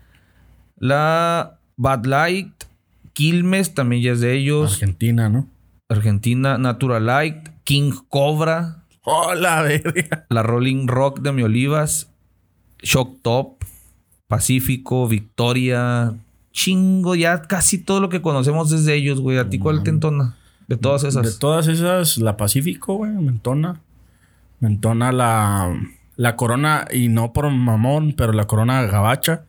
[SPEAKER 1] La Bud Light, Quilmes también ya es de ellos.
[SPEAKER 2] Argentina, ¿no?
[SPEAKER 1] Argentina, Natural Light, King Cobra.
[SPEAKER 2] ¡Oh, la verga!
[SPEAKER 1] La Rolling Rock de Mi Olivas, Shock Top, Pacífico, Victoria. Chingo, ya casi todo lo que conocemos es de ellos, güey. ¿A ti cuál te entona? De todas esas.
[SPEAKER 2] De todas esas, la Pacífico, güey, me entona. Me entona la Corona, y no por mamón, pero la Corona Gabacha.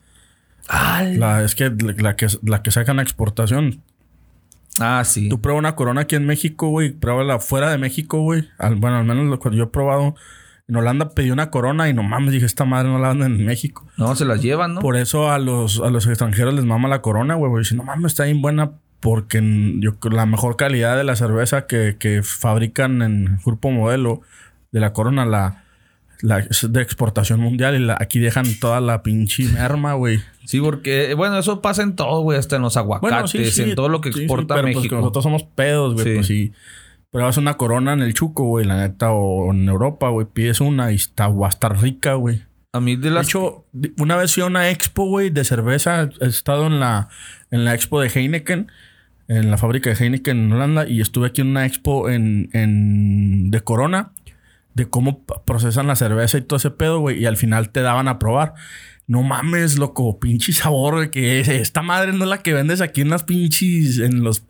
[SPEAKER 2] Es que la que sacan a exportación.
[SPEAKER 1] Ah, sí.
[SPEAKER 2] Tú pruebas una Corona aquí en México, güey. Pruébala fuera de México, güey. Bueno, al menos lo que yo he probado. En Holanda pedí una Corona y no mames, dije, esta madre no la venden en México.
[SPEAKER 1] No, se las llevan, ¿no?
[SPEAKER 2] Por eso a los extranjeros les mama la Corona, güey. Dicen, no mames, está bien buena. Porque la mejor calidad de la cerveza que fabrican en Grupo Modelo de la Corona, es de exportación mundial. Y aquí dejan toda la pinche merma, güey.
[SPEAKER 1] Sí, porque, bueno, eso pasa en todo, güey. Hasta en los aguacates,
[SPEAKER 2] bueno, sí,
[SPEAKER 1] en todo lo que exporta
[SPEAKER 2] pero
[SPEAKER 1] México.
[SPEAKER 2] Pues que nosotros somos pedos, güey.
[SPEAKER 1] Sí.
[SPEAKER 2] Pues sí. Pruebas una Corona en el Chuco, güey, la neta, o en Europa, güey. Pides una y va a estar rica, güey.
[SPEAKER 1] A mí
[SPEAKER 2] De hecho, una vez fui a una expo, güey, de cerveza. He estado en la expo de Heineken, en la fábrica de Heineken en Holanda, y estuve aquí en una expo de Corona, de cómo procesan la cerveza y todo ese pedo, güey. Y al final te daban a probar. No mames, loco, pinche sabor, güey, que esta madre no es la que vendes aquí en las pinches, en los,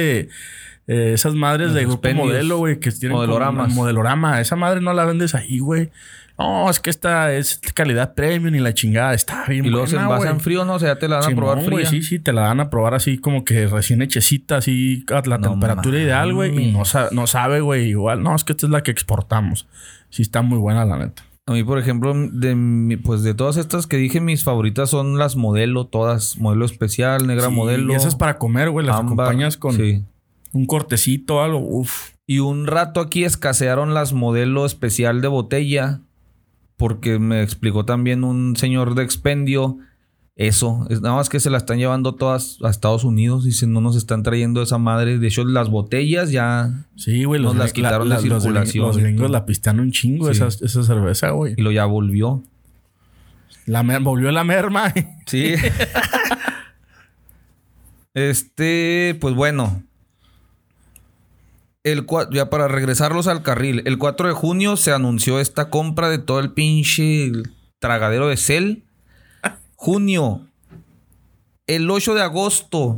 [SPEAKER 2] esas madres de Grupo Modelo, güey, que tienen Modelorama. Esa madre no la vendes ahí, güey. No, es que esta es calidad premium y la chingada. Está bien.
[SPEAKER 1] Y luego se envasan frío, ¿no? O sea, ya te la dan a probar fría.
[SPEAKER 2] Sí, te la dan a probar así como que recién hechecita, así a la temperatura ideal, güey. Y no sabe, güey, igual. No, es que esta es la que exportamos. Sí está muy buena, la neta.
[SPEAKER 1] A mí, por ejemplo, de todas estas que dije, mis favoritas son las Modelo, todas. Modelo especial, negra Modelo.
[SPEAKER 2] Y esas para comer, güey. Las acompañas con un cortecito o algo. Uf.
[SPEAKER 1] Y un rato aquí escasearon las Modelo especial de botella. Porque me explicó también un señor de expendio eso. Es nada más que se la están llevando todas a Estados Unidos. Dicen, no nos están trayendo esa madre. De hecho, las botellas ya...
[SPEAKER 2] Sí, güey.
[SPEAKER 1] Nos las quitaron de circulación.
[SPEAKER 2] Los gringos la pistean un chingo, esa cerveza, güey.
[SPEAKER 1] Y lo ya volvió.
[SPEAKER 2] Volvió la merma.
[SPEAKER 1] Sí. Pues bueno... ya para regresarlos al carril, el 4 de junio se anunció esta compra de todo el pinche tragadero de Cell. Junio. El 8 de agosto.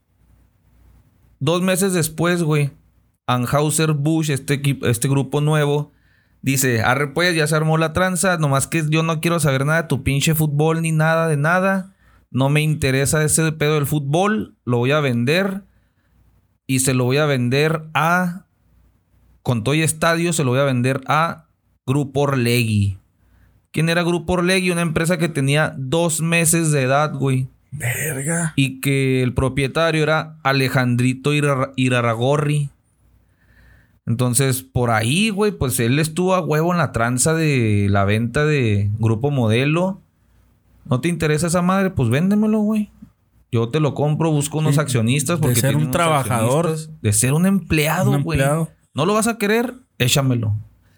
[SPEAKER 1] 2 meses después, güey. Anheuser-Busch, este grupo nuevo, dice, arre pues, ya se armó la tranza. Nomás que yo no quiero saber nada de tu pinche fútbol ni nada de nada. No me interesa ese pedo del fútbol. Lo voy a vender. Y se lo voy a vender con todo y estadio, se lo voy a vender a Grupo Orlegui. ¿Quién era Grupo Orlegui? Una empresa que tenía 2 meses de edad, güey.
[SPEAKER 2] Verga.
[SPEAKER 1] Y que el propietario era Alejandrito Iraragorri. Entonces, por ahí, güey, pues él estuvo a huevo en la tranza de la venta de Grupo Modelo. ¿No te interesa esa madre? Pues véndemelo, güey. Yo te lo compro, busco unos accionistas. Porque
[SPEAKER 2] de ser un trabajador.
[SPEAKER 1] De ser un empleado, güey. ¿No lo vas a querer? Échamelo.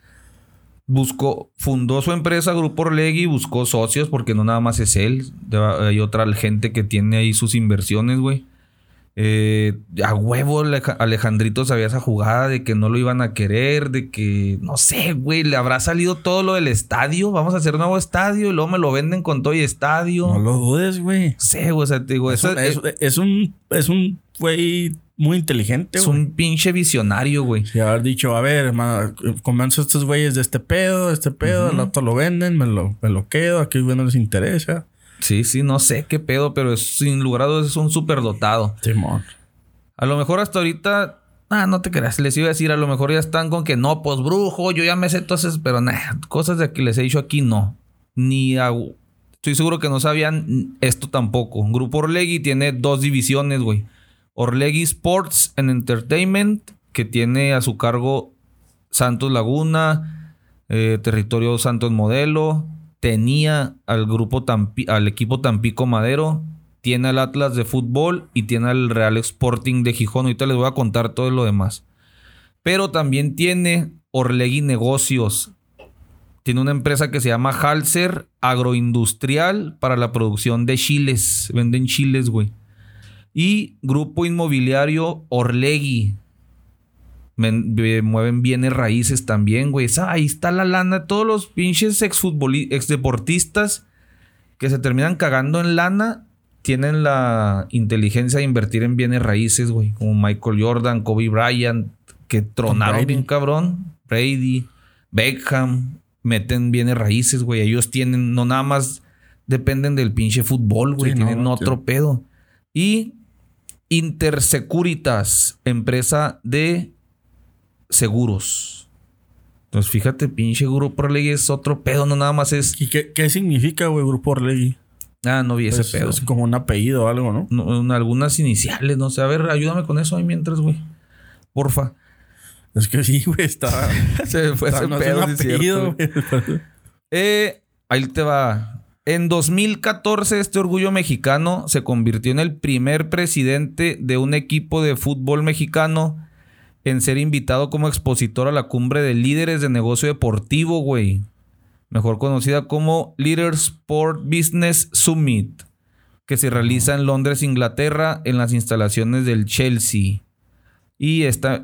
[SPEAKER 1] Fundó su empresa, Grupo Orlegui, buscó socios, porque no nada más es él. Hay otra gente que tiene ahí sus inversiones, güey. A huevo Alejandrito sabía esa jugada de que no lo iban a querer, de que, no sé, güey, le habrá salido todo lo del estadio. Vamos a hacer un nuevo estadio y luego me lo venden con todo y estadio.
[SPEAKER 2] No lo dudes, güey.
[SPEAKER 1] No sé, güey, o sea, te digo,
[SPEAKER 2] es un güey muy inteligente,
[SPEAKER 1] es
[SPEAKER 2] güey.
[SPEAKER 1] un pinche visionario, güey.
[SPEAKER 2] Sí, haber dicho, a ver, convenzo a estos güeyes de este pedo, al rato lo venden, me lo quedo, aquí no les interesa.
[SPEAKER 1] Sí, no sé qué pedo, pero sin lugar a dudas es un superdotado.
[SPEAKER 2] Simón.
[SPEAKER 1] A lo mejor hasta ahorita... no te creas. Les iba a decir, a lo mejor ya están con que no, pues brujo, yo ya me sé entonces, pero cosas de que les he dicho aquí no. Estoy seguro que no sabían esto tampoco. Grupo Orlegui tiene 2 divisiones, güey. Orlegui Sports and Entertainment, que tiene a su cargo Santos Laguna, Territorio Santos Modelo. Tenía al equipo Tampico Madero, tiene al Atlas de fútbol y tiene al Real Sporting de Gijón. Ahorita les voy a contar todo lo demás. Pero también tiene Orlegui Negocios. Tiene una empresa que se llama Halser Agroindustrial para la producción de chiles. Venden chiles, güey. Y Grupo Inmobiliario Orlegui. Mueven bienes raíces también, güey. Ahí está la lana. Todos los pinches exdeportistas que se terminan cagando en lana tienen la inteligencia de invertir en bienes raíces, güey. Como Michael Jordan, Kobe Bryant, que tronaron bien cabrón. Brady, Beckham, meten bienes raíces, güey. Ellos tienen, no nada más dependen del pinche fútbol, güey. Sí, tienen otro pedo. Y Intersecuritas, empresa de seguros. Entonces, fíjate, pinche Grupo Orlegui es otro pedo, no nada más es...
[SPEAKER 2] ¿Y qué significa, güey, Grupo Orlegui?
[SPEAKER 1] No vi ese pedo.
[SPEAKER 2] Es como un apellido o algo, ¿no?
[SPEAKER 1] Algunas iniciales, no sé. A ver, ayúdame con eso ahí mientras, güey. Porfa.
[SPEAKER 2] Es que sí, güey, está...
[SPEAKER 1] Se fue ese pedo,
[SPEAKER 2] es un apellido, güey.
[SPEAKER 1] Ahí te va. En 2014, este orgullo mexicano se convirtió en el primer presidente de un equipo de fútbol mexicano en ser invitado como expositor a la cumbre de líderes de negocio deportivo, güey. Mejor conocida como Leaders Sport Business Summit, que se realiza en Londres, Inglaterra, en las instalaciones del Chelsea. Y esta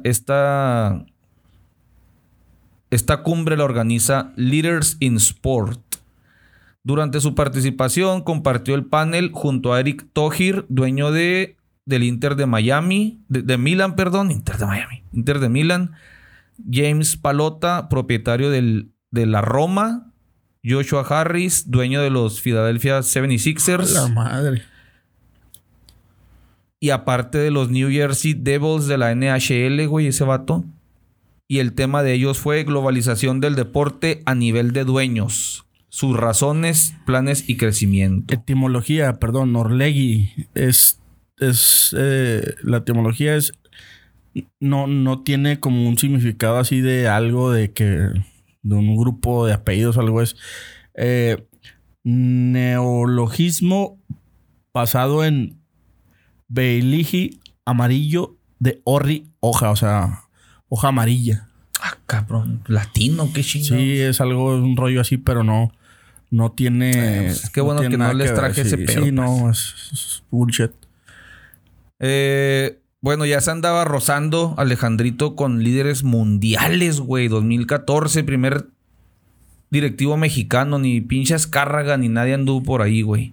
[SPEAKER 1] cumbre la organiza Leaders in Sport. Durante su participación compartió el panel junto a Eric Thohir, dueño del Inter de Miami, Inter de Milán, James Pallotta, propietario de la Roma, Joshua Harris, dueño de los Philadelphia 76ers.
[SPEAKER 2] La madre.
[SPEAKER 1] Y aparte de los New Jersey Devils de la NHL, güey, ese vato. Y el tema de ellos fue globalización del deporte a nivel de dueños. Sus razones, planes y crecimiento.
[SPEAKER 2] Etimología, perdón, Orlegui la etimología es no tiene como un significado así de algo de un grupo de apellidos o algo. Es neologismo basado en beiligi, amarillo, de orri, hoja, o sea, hoja amarilla.
[SPEAKER 1] Cabrón, latino, qué chingado.
[SPEAKER 2] Sí, es algo, un rollo así, pero no tiene...
[SPEAKER 1] qué bueno que no les traje ese pedo.
[SPEAKER 2] Sí, no, es bullshit.
[SPEAKER 1] Bueno, ya se andaba rozando Alejandrito con líderes mundiales, güey. 2014, primer directivo mexicano. Ni pinche Azcárraga ni nadie anduvo por ahí, güey.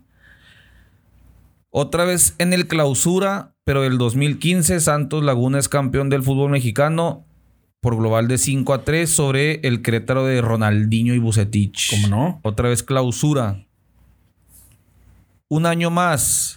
[SPEAKER 1] Otra vez en el clausura, pero el 2015, Santos Laguna es campeón del fútbol mexicano por global de 5-3 sobre el Querétaro de Ronaldinho y Vucetich.
[SPEAKER 2] ¿Cómo no?
[SPEAKER 1] Otra vez clausura. Un año más.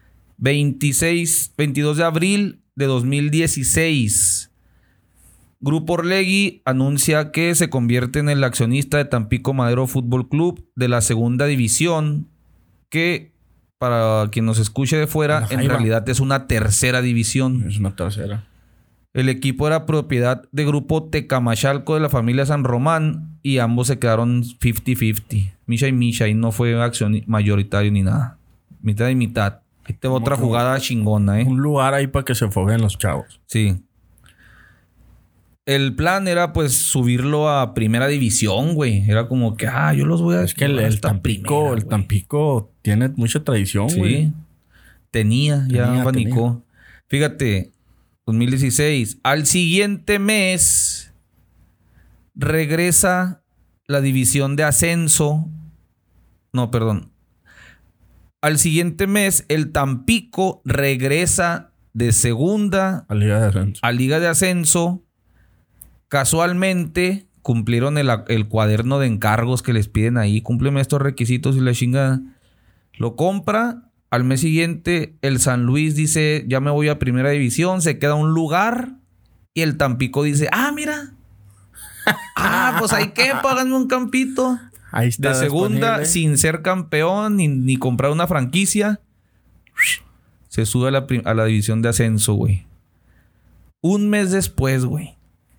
[SPEAKER 1] 22 de abril de 2016. Grupo Orlegui anuncia que se convierte en el accionista de Tampico Madero Fútbol Club de la segunda división, que para quien nos escuche de fuera, en realidad es una tercera división.
[SPEAKER 2] Es una tercera.
[SPEAKER 1] El equipo era propiedad de Grupo Tecamachalco de la familia San Román y ambos se quedaron 50-50. Misha y no fue acción mayoritario ni nada. Mitad y mitad. Ahí te va otra jugada chingona,
[SPEAKER 2] Un lugar ahí para que se enfoguen los chavos.
[SPEAKER 1] Sí. El plan era pues subirlo a primera división, güey. Era como que, yo los voy a...
[SPEAKER 2] Es que el Tampico tiene mucha tradición, güey.
[SPEAKER 1] Sí. Tenía, abanicó. Fíjate, 2016. Al siguiente mes regresa la división de ascenso. No, perdón. Al siguiente mes, el Tampico regresa de segunda
[SPEAKER 2] A Liga de Ascenso.
[SPEAKER 1] a Liga de Ascenso. Casualmente cumplieron el cuaderno de encargos que les piden ahí. Cúmpleme estos requisitos y la chingada. Lo compra. Al mes siguiente, el San Luis dice, ya me voy a primera división. Se queda un lugar. Y el Tampico dice, mira. Pues hay que pagarme un campito.
[SPEAKER 2] Ahí está
[SPEAKER 1] De segunda,
[SPEAKER 2] disponible.
[SPEAKER 1] sin ser campeón ni comprar una franquicia. Se sube a la división de ascenso, güey. Un mes después, güey.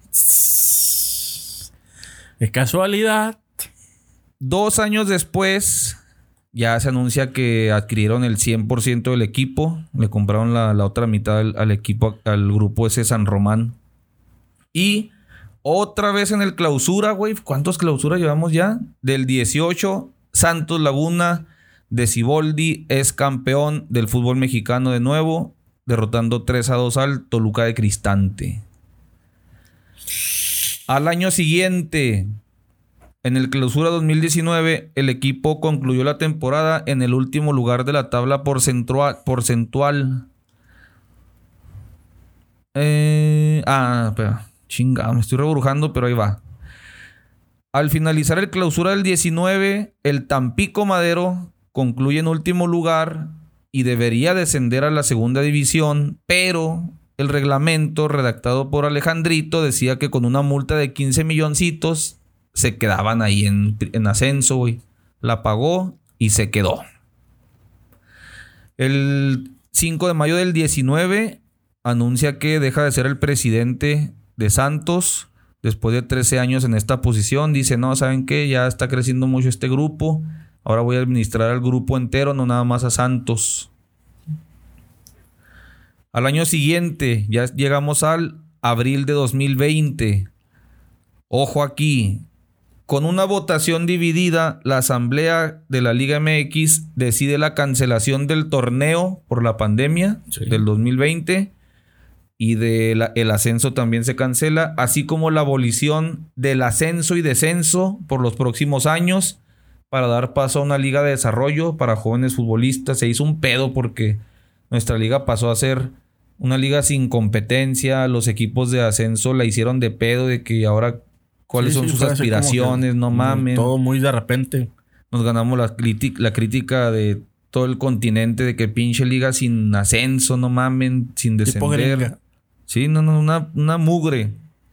[SPEAKER 2] De casualidad.
[SPEAKER 1] 2 años después, ya se anuncia que adquirieron el 100% del equipo. Le compraron la otra mitad al equipo, al grupo ese San Román. Y otra vez en el clausura, güey. ¿Cuántos clausuras llevamos ya? Del 18, Santos Laguna de Siboldi es campeón del fútbol mexicano de nuevo, derrotando 3-2 al Toluca de Cristante. Al año siguiente, en el clausura 2019, el equipo concluyó la temporada en el último lugar de la tabla porcentual. Espera. Chingado, me estoy reburujando, pero ahí va. Al finalizar el clausura del 19, el Tampico Madero concluye en último lugar y debería descender a la segunda división, pero el reglamento redactado por Alejandrito decía que con una multa de 15 milloncitos se quedaban ahí en ascenso, güey. La pagó y se quedó. El 5 de mayo del 19 anuncia que deja de ser el presidente de Santos después de 13 años en esta posición. Dice, no, ¿saben qué? Ya está creciendo mucho este grupo. Ahora voy a administrar al grupo entero, no nada más a Santos. Al año siguiente, ya llegamos al abril de 2020. Ojo aquí. Con una votación dividida, la Asamblea de la Liga MX decide la cancelación del torneo por la pandemia del 2020. Y el ascenso también se cancela, así como la abolición del ascenso y descenso por los próximos años para dar paso a una liga de desarrollo para jóvenes futbolistas. Se hizo un pedo porque nuestra liga pasó a ser una liga sin competencia. Los equipos de ascenso la hicieron de pedo de que ahora cuáles son sus aspiraciones, no mames.
[SPEAKER 2] Todo muy de repente.
[SPEAKER 1] Nos ganamos la crítica de todo el continente de que pinche liga sin ascenso, no mamen, sin descender. Sí, no, una mugre.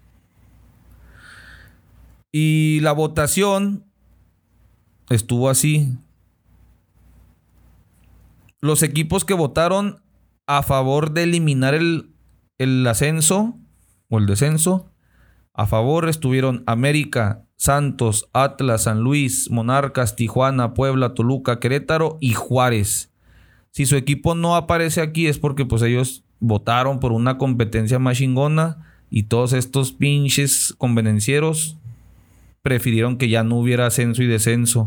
[SPEAKER 1] Y la votación estuvo así. Los equipos que votaron a favor de eliminar el ascenso o el descenso, a favor estuvieron América, Santos, Atlas, San Luis, Monarcas, Tijuana, Puebla, Toluca, Querétaro y Juárez. Si su equipo no aparece aquí es porque pues ellos votaron por una competencia más chingona y todos estos pinches convenencieros prefirieron que ya no hubiera ascenso y descenso.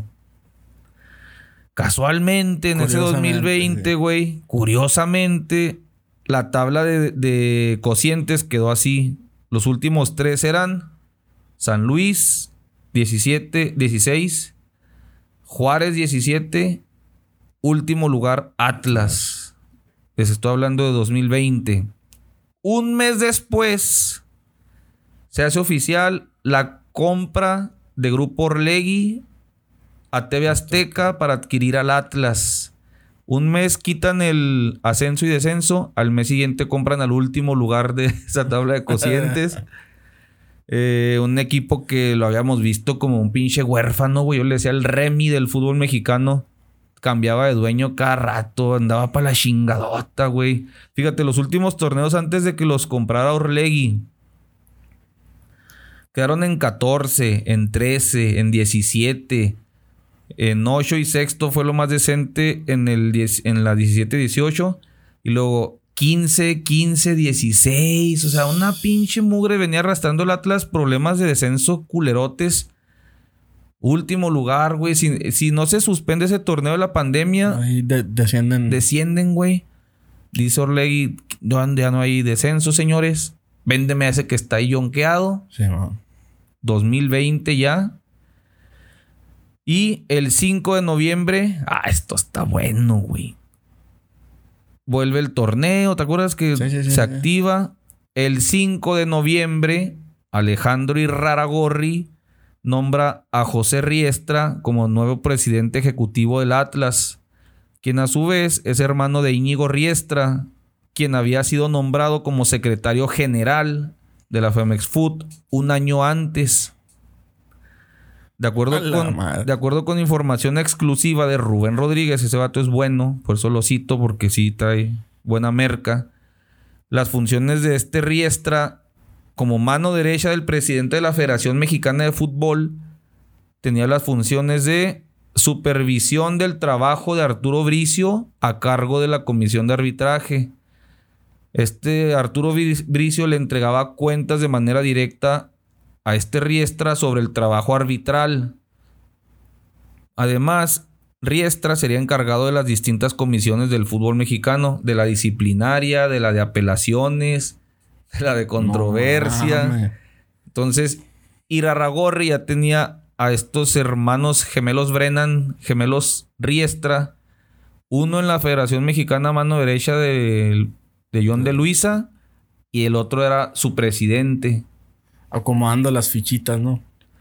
[SPEAKER 1] Casualmente en ese 2020, güey, curiosamente, la tabla de cocientes quedó así. Los últimos 3 eran San Luis 16, Juárez 17, último lugar Atlas. Les estoy hablando de 2020. Un mes después se hace oficial la compra de Grupo Orlegui a TV Azteca para adquirir al Atlas. Un mes quitan el ascenso y descenso. Al mes siguiente compran al último lugar de esa tabla de cocientes. Un equipo que lo habíamos visto como un pinche huérfano, güey. Yo le decía el Remy del fútbol mexicano. Cambiaba de dueño cada rato. Andaba para la chingadota, güey. Fíjate, los últimos torneos antes de que los comprara Orlegui quedaron en 14, en 13, en 17... En 8 y sexto fue lo más decente en la 17-18. Y luego 15, 16. O sea, una pinche mugre venía arrastrando el Atlas. Problemas de descenso culerotes. Último lugar, güey. Si no se suspende ese torneo de la pandemia,
[SPEAKER 2] ahí descienden.
[SPEAKER 1] Descienden, güey. Dice Orlegui, ya no hay descenso, señores. Véndeme a ese que está ahí yonqueado.
[SPEAKER 2] Sí, man.
[SPEAKER 1] 2020 ya. Y el 5 de noviembre... esto está bueno, güey. Vuelve el torneo. ¿Te acuerdas que se activa? El 5 de noviembre, Alejandro Irarrágorri nombra a José Riestra como nuevo presidente ejecutivo del Atlas, quien a su vez es hermano de Íñigo Riestra, quien había sido nombrado como secretario general de la Femex Food un año antes. De acuerdo con información exclusiva de Rubén Rodríguez, ese vato es bueno, por eso lo cito, porque sí trae buena merca. Las funciones de este Riestra, como mano derecha del presidente de la Federación Mexicana de Fútbol, tenía las funciones de supervisión del trabajo de Arturo Bricio a cargo de la comisión de arbitraje. Arturo Bricio le entregaba cuentas de manera directa a este Riestra sobre el trabajo arbitral. Además, Riestra sería encargado de las distintas comisiones del fútbol mexicano, de la disciplinaria, de la de apelaciones, de la de controversia.
[SPEAKER 2] No,
[SPEAKER 1] entonces, Irarrágorri ya tenía a estos hermanos gemelos Brennan, gemelos Riestra, uno en la Federación Mexicana, mano derecha de John de Luisa, y el otro era su presidente.
[SPEAKER 2] Acomodando las fichitas, ¿no?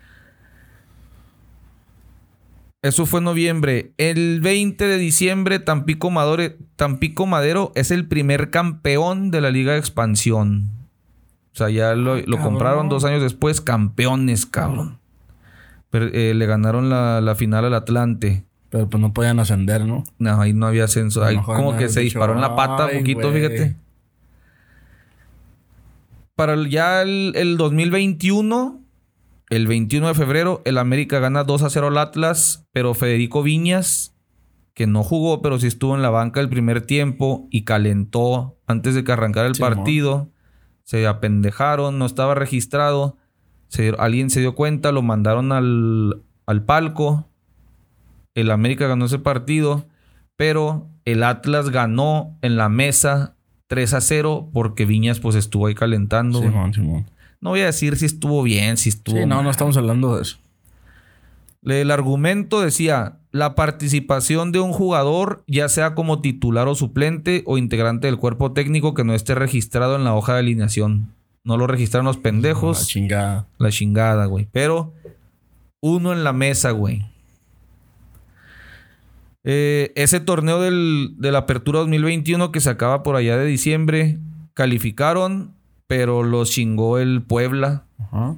[SPEAKER 1] Eso fue en noviembre. El 20 de diciembre, Tampico Madero es el primer campeón de la Liga de Expansión. O sea, ya lo compraron 2 años después. Campeones, cabrón. Pero, le ganaron la final al Atlante.
[SPEAKER 2] Pero pues no podían ascender, ¿no?
[SPEAKER 1] No, ahí no había ascenso. Ahí como que se disparó en la pata un poquito,
[SPEAKER 2] güey.
[SPEAKER 1] fíjate. Para el 2021... El 21 de febrero, el América gana 2-0 al Atlas, pero Federico Viñas, que no jugó, pero sí estuvo en la banca el primer tiempo y calentó antes de que arrancara el partido. Se apendejaron, no estaba registrado. Alguien se dio cuenta, lo mandaron al palco. El América ganó ese partido, pero el Atlas ganó en la mesa 3-0 porque Viñas pues estuvo ahí calentando.
[SPEAKER 2] Simón.
[SPEAKER 1] No voy a decir si estuvo bien, si estuvo mal.
[SPEAKER 2] No estamos hablando de eso.
[SPEAKER 1] El argumento decía, la participación de un jugador, ya sea como titular o suplente o integrante del cuerpo técnico que no esté registrado en la hoja de alineación. No lo registraron los pendejos.
[SPEAKER 2] La chingada.
[SPEAKER 1] La chingada, güey. Pero uno en la mesa, güey. Ese torneo de la Apertura 2021 que se acaba por allá de diciembre, calificaron, pero los chingó el Puebla.
[SPEAKER 2] Ajá.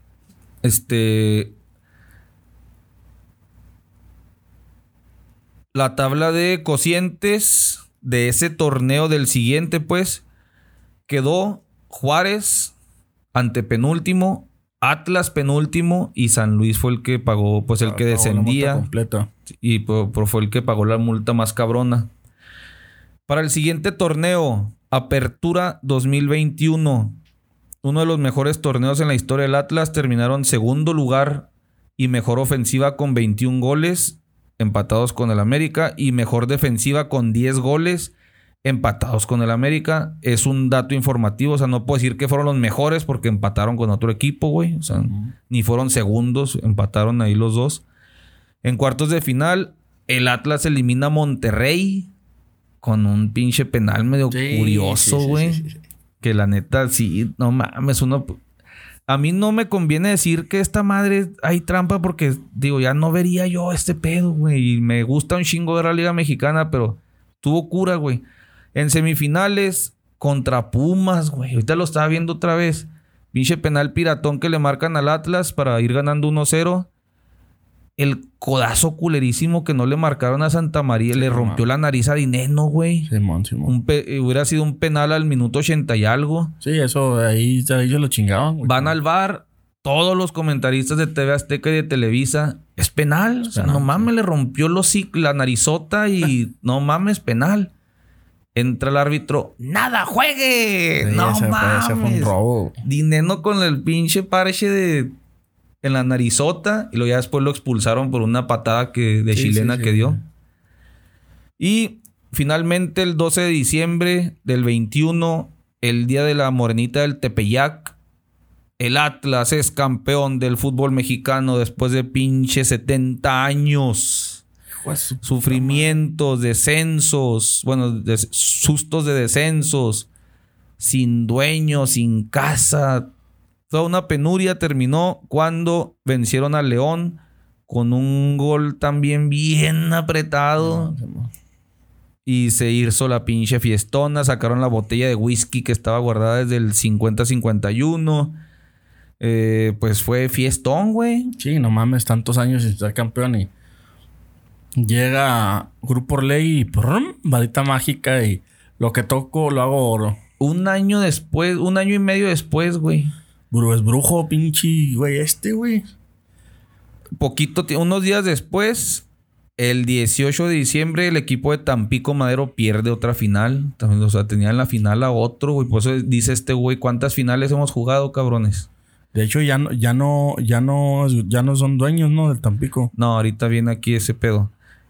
[SPEAKER 1] La tabla de cocientes de ese torneo del siguiente, pues, quedó Juárez antepenúltimo, Atlas penúltimo y San Luis fue el que pagó, pues el que descendía.
[SPEAKER 2] Completa.
[SPEAKER 1] Y fue el que pagó la multa más cabrona. Para el siguiente torneo, Apertura 2021, uno de los mejores torneos en la historia del Atlas, terminaron segundo lugar y mejor ofensiva con 21 goles, empatados con el América, y mejor defensiva con 10 goles, empatados con el América. Es un dato informativo, o sea, no puedo decir que fueron los mejores porque empataron con otro equipo, güey. O sea, ni fueron segundos, empataron ahí los dos. En cuartos de final, el Atlas elimina a Monterrey con un pinche penal medio curioso, güey. Sí. Que la neta, sí, no mames, a mí no me conviene decir que esta madre hay trampa porque, digo, ya no vería yo este pedo, güey. Y me gusta un chingo de la Liga Mexicana, pero tuvo cura, güey. En semifinales, contra Pumas, güey. Ahorita lo estaba viendo otra vez. Pinche penal piratón que le marcan al Atlas para ir ganando 1-0. El codazo culerísimo que no le marcaron a Santa María. Sí, le rompió la nariz a Dineno, güey.
[SPEAKER 2] Simón.
[SPEAKER 1] Hubiera sido un penal al minuto 80 y algo.
[SPEAKER 2] Sí, eso ahí se lo chingaban, güey.
[SPEAKER 1] Van al VAR. Todos los comentaristas de TV Azteca y de Televisa. Es penal. O sea, penal, no mames, le rompió la narizota y no mames, penal. Entra el árbitro. ¡Nada, juegue!
[SPEAKER 2] Sí,
[SPEAKER 1] no
[SPEAKER 2] ese
[SPEAKER 1] mames.
[SPEAKER 2] Fue un robo.
[SPEAKER 1] Dineno con el pinche parche en la narizota. Y luego ya después lo expulsaron por una patada de chilena que dio. Y finalmente el 12 de diciembre del 21, el día de la Morenita del Tepeyac, el Atlas es campeón del fútbol mexicano después de pinche 70 años. Sufrimientos, descensos, bueno, sustos de descensos, sin dueño, sin casa. Toda una penuria terminó cuando vencieron al León con un gol también bien apretado. Y se hizo la pinche fiestona. Sacaron la botella de whisky que estaba guardada desde el 50-51. Pues fue fiestón, güey.
[SPEAKER 2] Sí, no mames, tantos años sin ser campeón y llega Grupo Orlegui y ¡prum! Varita mágica y lo que toco lo hago oro.
[SPEAKER 1] Un año y medio después, güey.
[SPEAKER 2] Es brujo, pinche, güey, güey.
[SPEAKER 1] Unos días después, el 18 de diciembre, el equipo de Tampico Madero pierde otra final. También, o sea, tenía en la final a otro, güey. Por eso dice este güey, ¿cuántas finales hemos jugado, cabrones?
[SPEAKER 2] De hecho, ya no son dueños, ¿no? Del Tampico.
[SPEAKER 1] No, ahorita viene aquí ese pedo.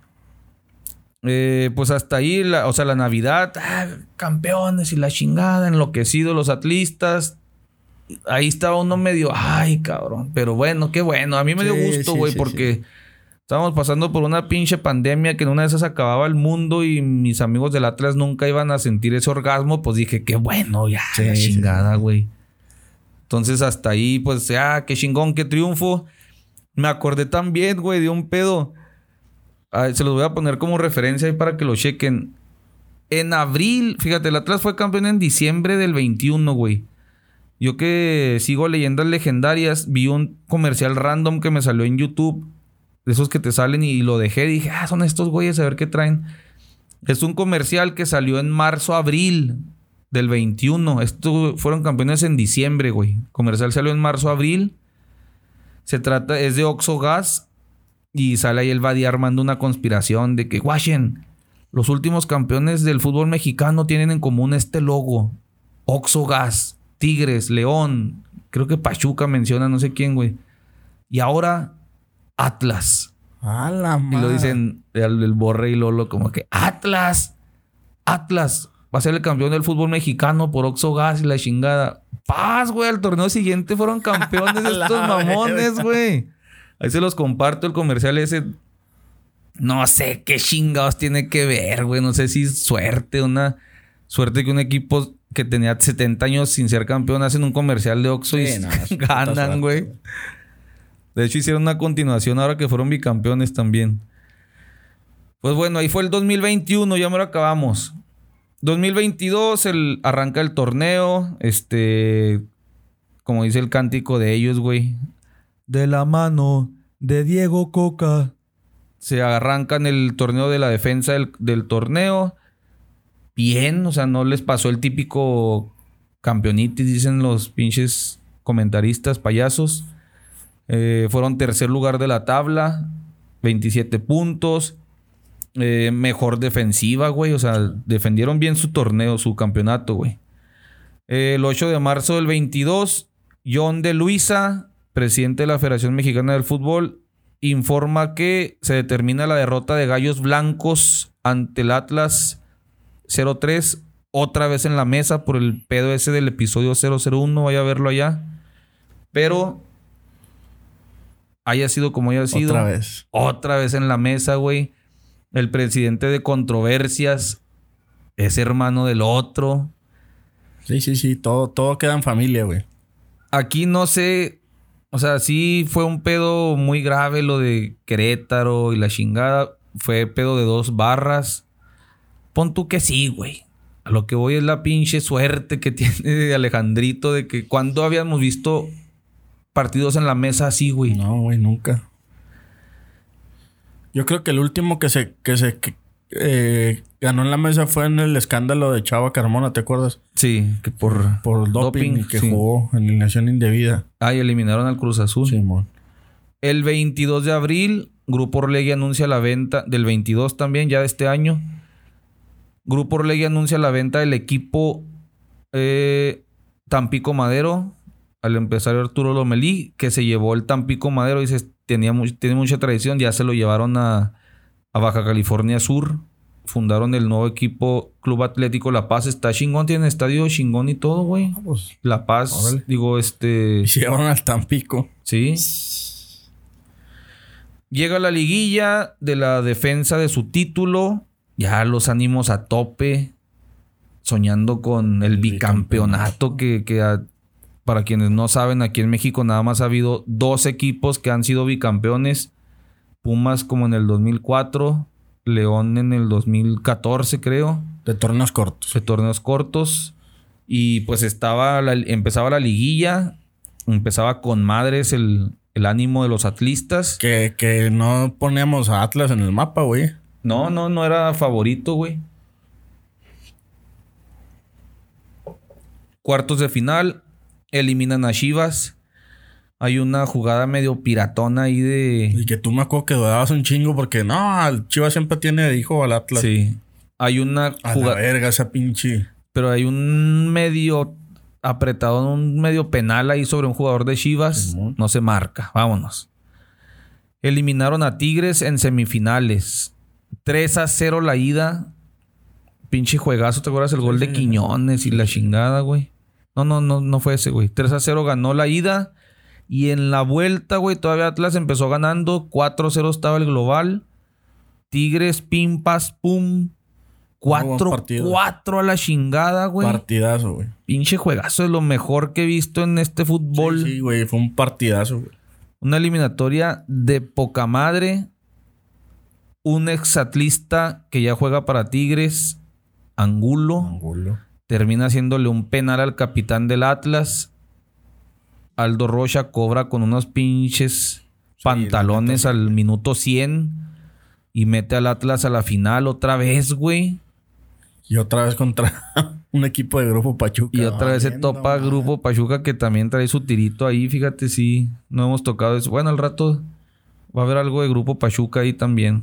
[SPEAKER 1] Pues hasta ahí, la Navidad, campeones y la chingada, enloquecidos los atlistas. Ahí estaba uno medio, ay, cabrón. Pero bueno, qué bueno. A mí me dio gusto, güey, porque estábamos pasando por una pinche pandemia que en una de esas acababa el mundo y mis amigos del Atlas nunca iban a sentir ese orgasmo. Pues dije, qué bueno, ya, la chingada, güey. Entonces hasta ahí, pues, qué chingón, qué triunfo. Me acordé también, güey, de un pedo. Se los voy a poner como referencia ahí para que lo chequen. En abril, fíjate, el Atlas fue campeón en diciembre del 21, güey. Yo que sigo leyendas legendarias, vi un comercial random que me salió en YouTube. De esos que te salen y lo dejé. Dije, son estos güeyes, a ver qué traen. Es un comercial que salió en marzo-abril del 21. Estos fueron campeones en diciembre, güey. El comercial salió en marzo-abril. Es de Oxo Gas. Y sale ahí el Badi armando una conspiración de que, guachen, los últimos campeones del fútbol mexicano tienen en común este logo. Oxo Gas, Tigres, León, creo que Pachuca menciona, no sé quién, güey. Y ahora, Atlas.
[SPEAKER 2] ¡A la madre!
[SPEAKER 1] Y lo dicen el Borre y Lolo como que, Atlas va a ser el campeón del fútbol mexicano por Oxo Gas y la chingada. Paz, güey, al torneo siguiente fueron campeones de estos mamones, güey. Ahí se los comparto el comercial ese. No sé qué chingados tiene que ver, güey. No sé si suerte que un equipo que tenía 70 años sin ser campeón hacen un comercial de Oxxo y ganan, güey. De hecho, hicieron una continuación ahora que fueron bicampeones también. Pues bueno, ahí fue el 2021. Ya me lo acabamos. 2022 arranca el torneo. Como dice el cántico de ellos, güey. De la mano de Diego Coca. Se arrancan el torneo de la defensa del torneo. Bien, o sea, no les pasó el típico campeonitis, dicen los pinches comentaristas payasos. Fueron tercer lugar de la tabla, 27 puntos. Mejor defensiva, güey. O sea, defendieron bien su torneo, su campeonato, güey. El 8 de marzo del 22, John de Luisa, presidente de la Federación Mexicana del Fútbol, informa que se determina la derrota de Gallos Blancos ante el Atlas 0-3, otra vez en la mesa por el pedo ese del episodio 001, vaya a verlo allá. Pero haya sido como haya sido. Otra vez en la mesa, güey. El presidente de controversias es hermano del otro.
[SPEAKER 2] Sí. Todo queda en familia, güey.
[SPEAKER 1] Aquí no sé. O sea, sí fue un pedo muy grave lo de Querétaro y la chingada. Fue pedo de 2 barras. Pon tú que sí, güey. A lo que voy es la pinche suerte que tiene Alejandrito de que cuando habíamos visto partidos en la mesa así, güey.
[SPEAKER 2] No, güey, nunca. Yo creo que el último que se ganó en la mesa fue en el escándalo de Chava Carmona, ¿te acuerdas?
[SPEAKER 1] Sí, que por
[SPEAKER 2] doping que jugó en alineación indebida.
[SPEAKER 1] Y eliminaron al Cruz Azul.
[SPEAKER 2] Sí, mon.
[SPEAKER 1] El 22 de abril, Grupo Orlegui anuncia la venta del 22 también, ya de este año. Grupo Orlegui anuncia la venta del equipo Tampico Madero al empresario Arturo Lomelí, que se llevó el Tampico Madero. Dice, tiene mucha tradición, ya se lo llevaron a Baja California Sur fundaron el nuevo equipo Club Atlético La Paz. Está chingón, tiene estadio chingón y todo, güey.
[SPEAKER 2] Pues,
[SPEAKER 1] La Paz,
[SPEAKER 2] órale.
[SPEAKER 1] digo,
[SPEAKER 2] y llegaron al Tampico.
[SPEAKER 1] sí. Llega la liguilla de la defensa de su título. Ya los ánimos a tope. Soñando con el bicampeonato para quienes no saben, aquí en México nada más ha habido 2 equipos que han sido bicampeones. Pumas como en el 2004, León en el 2014 creo.
[SPEAKER 2] De torneos cortos.
[SPEAKER 1] De torneos cortos. Y pues empezaba la liguilla. Empezaba con madres el ánimo de los atlistas.
[SPEAKER 2] Que no poníamos a Atlas en el mapa, güey.
[SPEAKER 1] No era favorito, güey. Cuartos de final, eliminan a Chivas. Hay una jugada medio piratona ahí de...
[SPEAKER 2] Y que tú me acuerdo que dudabas un chingo porque no, el Chivas siempre tiene de hijo al Atlas.
[SPEAKER 1] Sí. Hay una
[SPEAKER 2] A la
[SPEAKER 1] jugada...
[SPEAKER 2] verga, esa pinche.
[SPEAKER 1] Pero hay un medio apretado, un medio penal ahí sobre un jugador de Chivas.
[SPEAKER 2] Simón.
[SPEAKER 1] No se marca. Vámonos. Eliminaron a Tigres en semifinales. 3-0 la ida. Pinche juegazo. ¿Te acuerdas el gol de Quiñones y la chingada, güey? No fue ese, güey. 3-0 ganó la ida. Y en la vuelta, güey, todavía Atlas empezó ganando. 4-0 estaba el global. Tigres, pim, pas, pum. 4-4 a la chingada, güey.
[SPEAKER 2] Partidazo, güey.
[SPEAKER 1] Pinche juegazo es lo mejor que he visto en este fútbol.
[SPEAKER 2] Sí, güey. Fue un partidazo, güey.
[SPEAKER 1] Una eliminatoria de poca madre. Un exatlista que ya juega para Tigres, Angulo, termina haciéndole un penal al capitán del Atlas. Aldo Rocha cobra con unos pinches pantalones al minuto 100 y mete al Atlas a la final otra vez, güey.
[SPEAKER 2] Y otra vez contra un equipo de Grupo Pachuca.
[SPEAKER 1] Y otra vez se topa Grupo Pachuca que también trae su tirito ahí. Fíjate, sí, no hemos tocado eso. Bueno, al rato va a haber algo de Grupo Pachuca ahí también.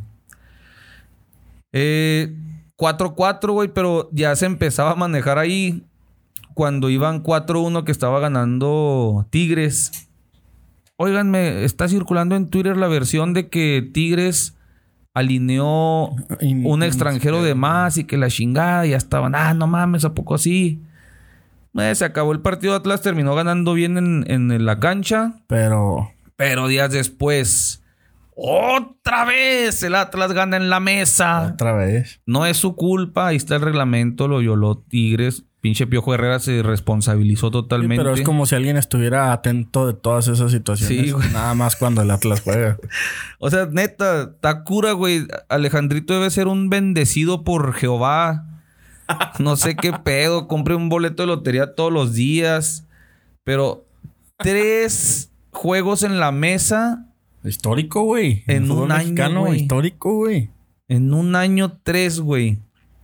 [SPEAKER 1] 4-4, güey, pero ya se empezaba a manejar ahí cuando iban 4-1 que estaba ganando Tigres. Oigan, me está circulando en Twitter la versión de que Tigres alineó un extranjero de más y que la chingada ya estaban. No mames, ¿a poco así? Se acabó el partido. Atlas terminó ganando bien en la cancha.
[SPEAKER 2] Pero
[SPEAKER 1] días después, otra vez el Atlas gana en la mesa.
[SPEAKER 2] Otra vez.
[SPEAKER 1] No es su culpa. Ahí está el reglamento. Lo violó Tigres. Pinche Piojo Herrera se responsabilizó totalmente.
[SPEAKER 2] Sí, pero es como si alguien estuviera atento de todas esas situaciones.
[SPEAKER 1] Sí, güey.
[SPEAKER 2] Nada más cuando el Atlas juega.
[SPEAKER 1] O sea, neta, está cura, güey. Alejandrito debe ser un bendecido por Jehová. No sé qué pedo. Compre un boleto de lotería todos los días. Pero 3 juegos en la mesa.
[SPEAKER 2] Histórico, güey.
[SPEAKER 1] En un año,
[SPEAKER 2] mexicano,
[SPEAKER 1] güey.
[SPEAKER 2] Histórico, güey.
[SPEAKER 1] En un año 3, güey.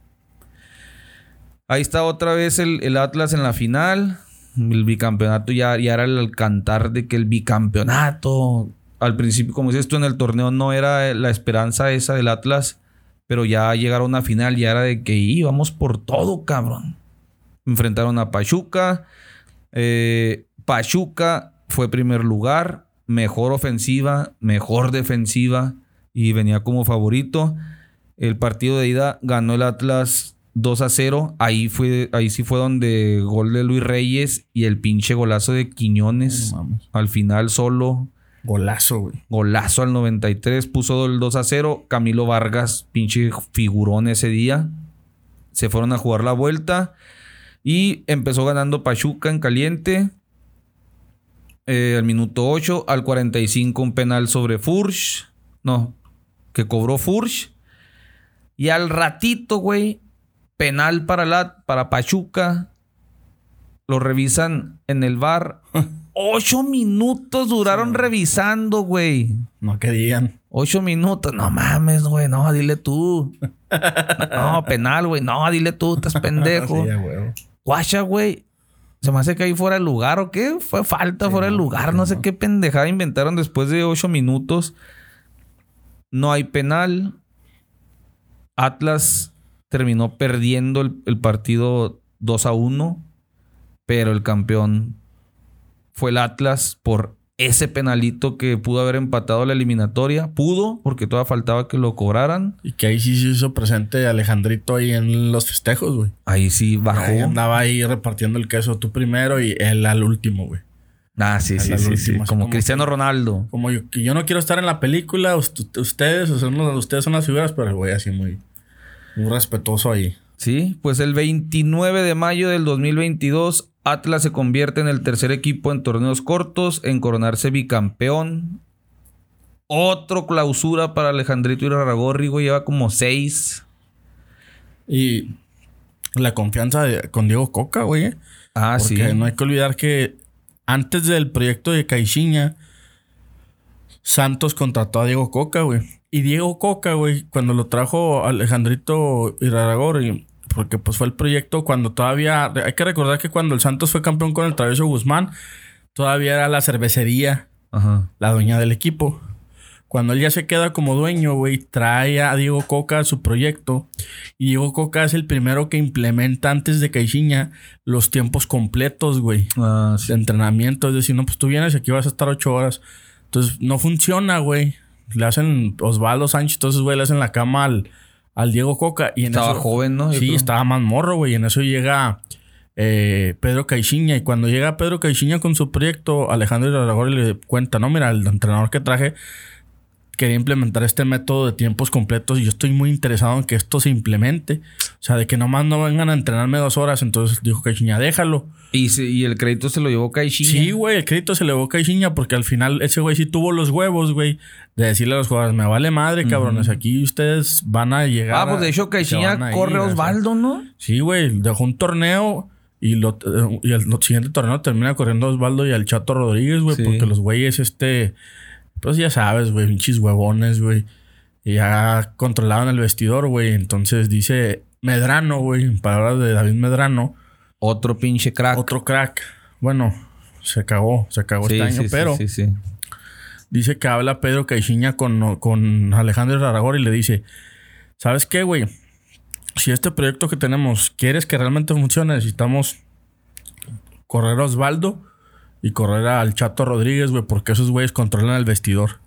[SPEAKER 1] Ahí está otra vez el Atlas en la final. El bicampeonato ya era el cantar de que el bicampeonato. Al principio, como dices tú, en el torneo no era la esperanza esa del Atlas. Pero ya llegaron a una final, ya era de que íbamos por todo, cabrón. Enfrentaron a Pachuca. Pachuca fue primer lugar. Mejor ofensiva, mejor defensiva. Y venía como favorito. El partido de ida ganó el Atlas 2-0. Ahí sí fue donde gol de Luis Reyes y el pinche golazo de Quiñones.
[SPEAKER 2] No mames.
[SPEAKER 1] Al final solo.
[SPEAKER 2] Golazo, güey.
[SPEAKER 1] Golazo al 93. Puso el 2-0. Camilo Vargas, pinche figurón ese día. Se fueron a jugar la vuelta. Y empezó ganando Pachuca en caliente. Al minuto 8. Al 45 un penal sobre Furch. No, que cobró Furch. Y al ratito, güey, penal para Pachuca. Lo revisan en el VAR. 8 minutos duraron revisando, güey.
[SPEAKER 2] No querían.
[SPEAKER 1] 8 minutos. No mames, güey. No, dile tú. No, penal, güey. No, dile tú. Estás pendejo.
[SPEAKER 2] Sí, güey.
[SPEAKER 1] Guacha, güey. Se me hace que ahí fuera el lugar o qué. Fue falta
[SPEAKER 2] Sí,
[SPEAKER 1] fuera del lugar. No sé qué pendejada inventaron después de 8 minutos. No hay penal. Atlas terminó perdiendo el partido 2-1. Pero el campeón fue el Atlas por ese penalito que pudo haber empatado la eliminatoria. Pudo, porque todavía faltaba que lo cobraran.
[SPEAKER 2] Y que ahí sí se hizo presente Alejandrito ahí en los festejos, güey.
[SPEAKER 1] Ahí sí bajó.
[SPEAKER 2] Ahí andaba ahí repartiendo el queso tú primero y él al último, güey.
[SPEAKER 1] Ah, sí. Como Cristiano Ronaldo.
[SPEAKER 2] Como que yo no quiero estar en la película. Ustedes son las figuras, pero el güey así muy respetuoso ahí.
[SPEAKER 1] Sí, pues el 29 de mayo del 2022, Atlas se convierte en el tercer equipo en torneos cortos en coronarse bicampeón. Otro clausura para Alejandrito Irarrágorri, güey. Lleva como 6.
[SPEAKER 2] Y la confianza con Diego Coca, güey.
[SPEAKER 1] Ah,
[SPEAKER 2] porque
[SPEAKER 1] sí.
[SPEAKER 2] No hay que olvidar que antes del proyecto de Caixinha, Santos contrató a Diego Coca, güey. Y Diego Coca, güey, cuando lo trajo Alejandrito Irarrágorri, porque pues fue el proyecto cuando todavía... Hay que recordar que cuando el Santos fue campeón con el Travieso Guzmán, todavía era la cervecería, la dueña del equipo. Cuando él ya se queda como dueño, güey, trae a Diego Coca a su proyecto. Y Diego Coca es el primero que implementa antes de Caixinha los tiempos completos, güey. De entrenamiento. Es decir, no, pues tú vienes y aquí vas a estar 8 horas. Entonces, no funciona, güey. Le hacen Osvaldo Sánchez, entonces, güey, le hacen la cama al Diego Coca. Y
[SPEAKER 1] estaba joven, ¿no?
[SPEAKER 2] Sí, estaba más morro, güey. Y en eso llega Pedro Caixinha. Y cuando llega Pedro Caixinha con su proyecto, Alejandro Irarrágorri le cuenta, no, mira, el entrenador que traje quería implementar este método de tiempos completos y yo estoy muy interesado en que esto se implemente. O sea, de que nomás no vengan a entrenarme 2 horas. Entonces dijo Caixinha, déjalo.
[SPEAKER 1] Y el crédito se lo llevó Caixinha.
[SPEAKER 2] Sí, güey, el crédito se lo llevó Caixinha porque al final ese güey sí tuvo los huevos, güey, de decirle a los jugadores, me vale madre, cabrones, aquí ustedes van a llegar.
[SPEAKER 1] Pues de hecho Caixinha corre a Osvaldo, ¿no?
[SPEAKER 2] Sí, güey, dejó un torneo y el siguiente torneo termina corriendo a Osvaldo y al Chato Rodríguez, güey, porque los güeyes pues ya sabes, güey, pinches huevones, güey. Y ya controlaban el vestidor, güey. Entonces dice Medrano, güey, en palabras de David Medrano.
[SPEAKER 1] Otro pinche crack.
[SPEAKER 2] Otro crack. Bueno, se cagó este año, pero...
[SPEAKER 1] Sí.
[SPEAKER 2] Dice que habla Pedro Caixinha con Alejandro Irarrágorri y le dice, ¿sabes qué, güey? Si este proyecto que tenemos quieres que realmente funcione, necesitamos correr a Osvaldo y correr al Chato Rodríguez, güey, porque esos güeyes controlan el vestidor.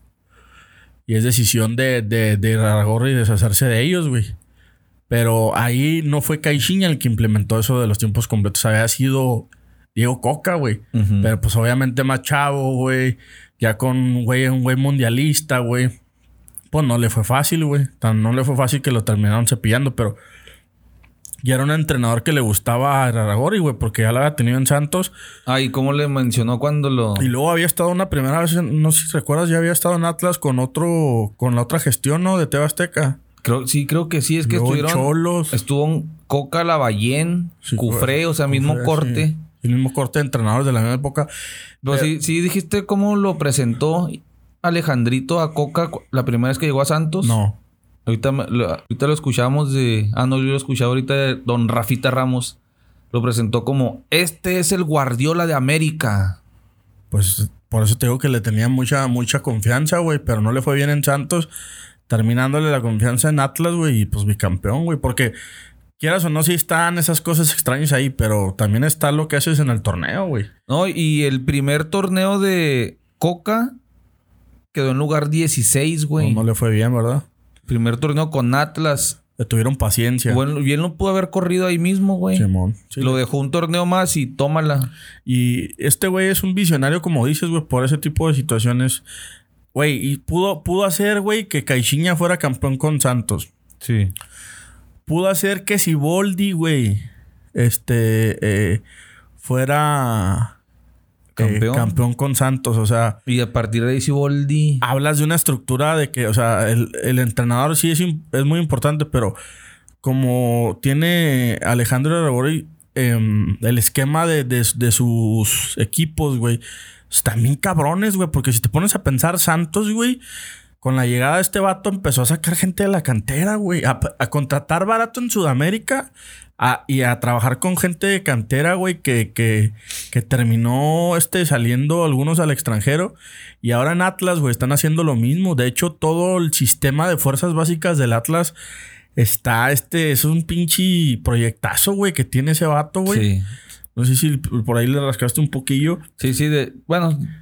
[SPEAKER 2] Y es decisión de Irarrágorri deshacerse de ellos, güey. Pero ahí no fue Caixinha el que implementó eso de los tiempos completos. Había sido Diego Coca, güey. Pero pues obviamente más chavo, güey. Ya con un güey mundialista, güey. Pues no le fue fácil, güey. No le fue fácil que lo terminaron cepillando, pero... Y era un entrenador que le gustaba a Irarrágorri, güey, porque ya lo había tenido en Santos.
[SPEAKER 1] ¿Y cómo le mencionó cuando lo...?
[SPEAKER 2] Y luego había estado una primera vez, no sé si recuerdas, ya había estado en Atlas con la otra gestión, ¿no? De TV Azteca.
[SPEAKER 1] Creo que sí. Es que
[SPEAKER 2] luego
[SPEAKER 1] estuvieron...
[SPEAKER 2] Cholos.
[SPEAKER 1] Estuvo Coca, Lavallén, Cufré, o sea, mismo corte.
[SPEAKER 2] Sí. El mismo corte de entrenadores de la misma época.
[SPEAKER 1] Pero sí dijiste cómo lo presentó Alejandrito a Coca la primera vez que llegó a Santos.
[SPEAKER 2] No.
[SPEAKER 1] Ahorita lo escuchamos de... no, yo lo escuchaba ahorita de don Rafita Ramos. Lo presentó como... Este es el Guardiola de América.
[SPEAKER 2] Pues por eso te digo que le tenía mucha confianza, güey. Pero no le fue bien en Santos. Terminándole la confianza en Atlas, güey. Y pues bicampeón, güey. Porque... Quieras o no, sí están esas cosas extrañas ahí. Pero también está lo que haces en el torneo, güey.
[SPEAKER 1] No, y el primer torneo de Coca... Quedó en lugar 16, güey.
[SPEAKER 2] No le fue bien, ¿verdad?
[SPEAKER 1] Primer torneo con Atlas.
[SPEAKER 2] Le tuvieron paciencia.
[SPEAKER 1] Bueno, bien lo pudo haber corrido ahí mismo, güey.
[SPEAKER 2] Simón. Sí,
[SPEAKER 1] lo dejó un torneo más y tómala.
[SPEAKER 2] Y este güey es un visionario, como dices, güey, por ese tipo de situaciones. Güey, y pudo hacer, güey, que Caixinha fuera campeón con Santos.
[SPEAKER 1] Sí.
[SPEAKER 2] Pudo hacer que Siboldi, güey, fuera... campeón con Santos, o sea...
[SPEAKER 1] Y a partir de ahí Siboldi...
[SPEAKER 2] Hablas de una estructura de que, o sea, el entrenador sí es muy importante, pero como tiene Alejandro Irarrágorri el esquema de sus equipos, güey, están bien cabrones, güey, porque si te pones a pensar, Santos, güey, con la llegada de este vato empezó a sacar gente de la cantera, güey, a contratar barato en Sudamérica... y a trabajar con gente de cantera, güey, que terminó saliendo algunos al extranjero. Y ahora en Atlas, güey, están haciendo lo mismo. De hecho, todo el sistema de fuerzas básicas del Atlas está... es un pinche proyectazo, güey, que tiene ese vato, güey.
[SPEAKER 1] Sí.
[SPEAKER 2] No sé si por ahí le rascaste un poquillo.
[SPEAKER 1] Sí. Bueno,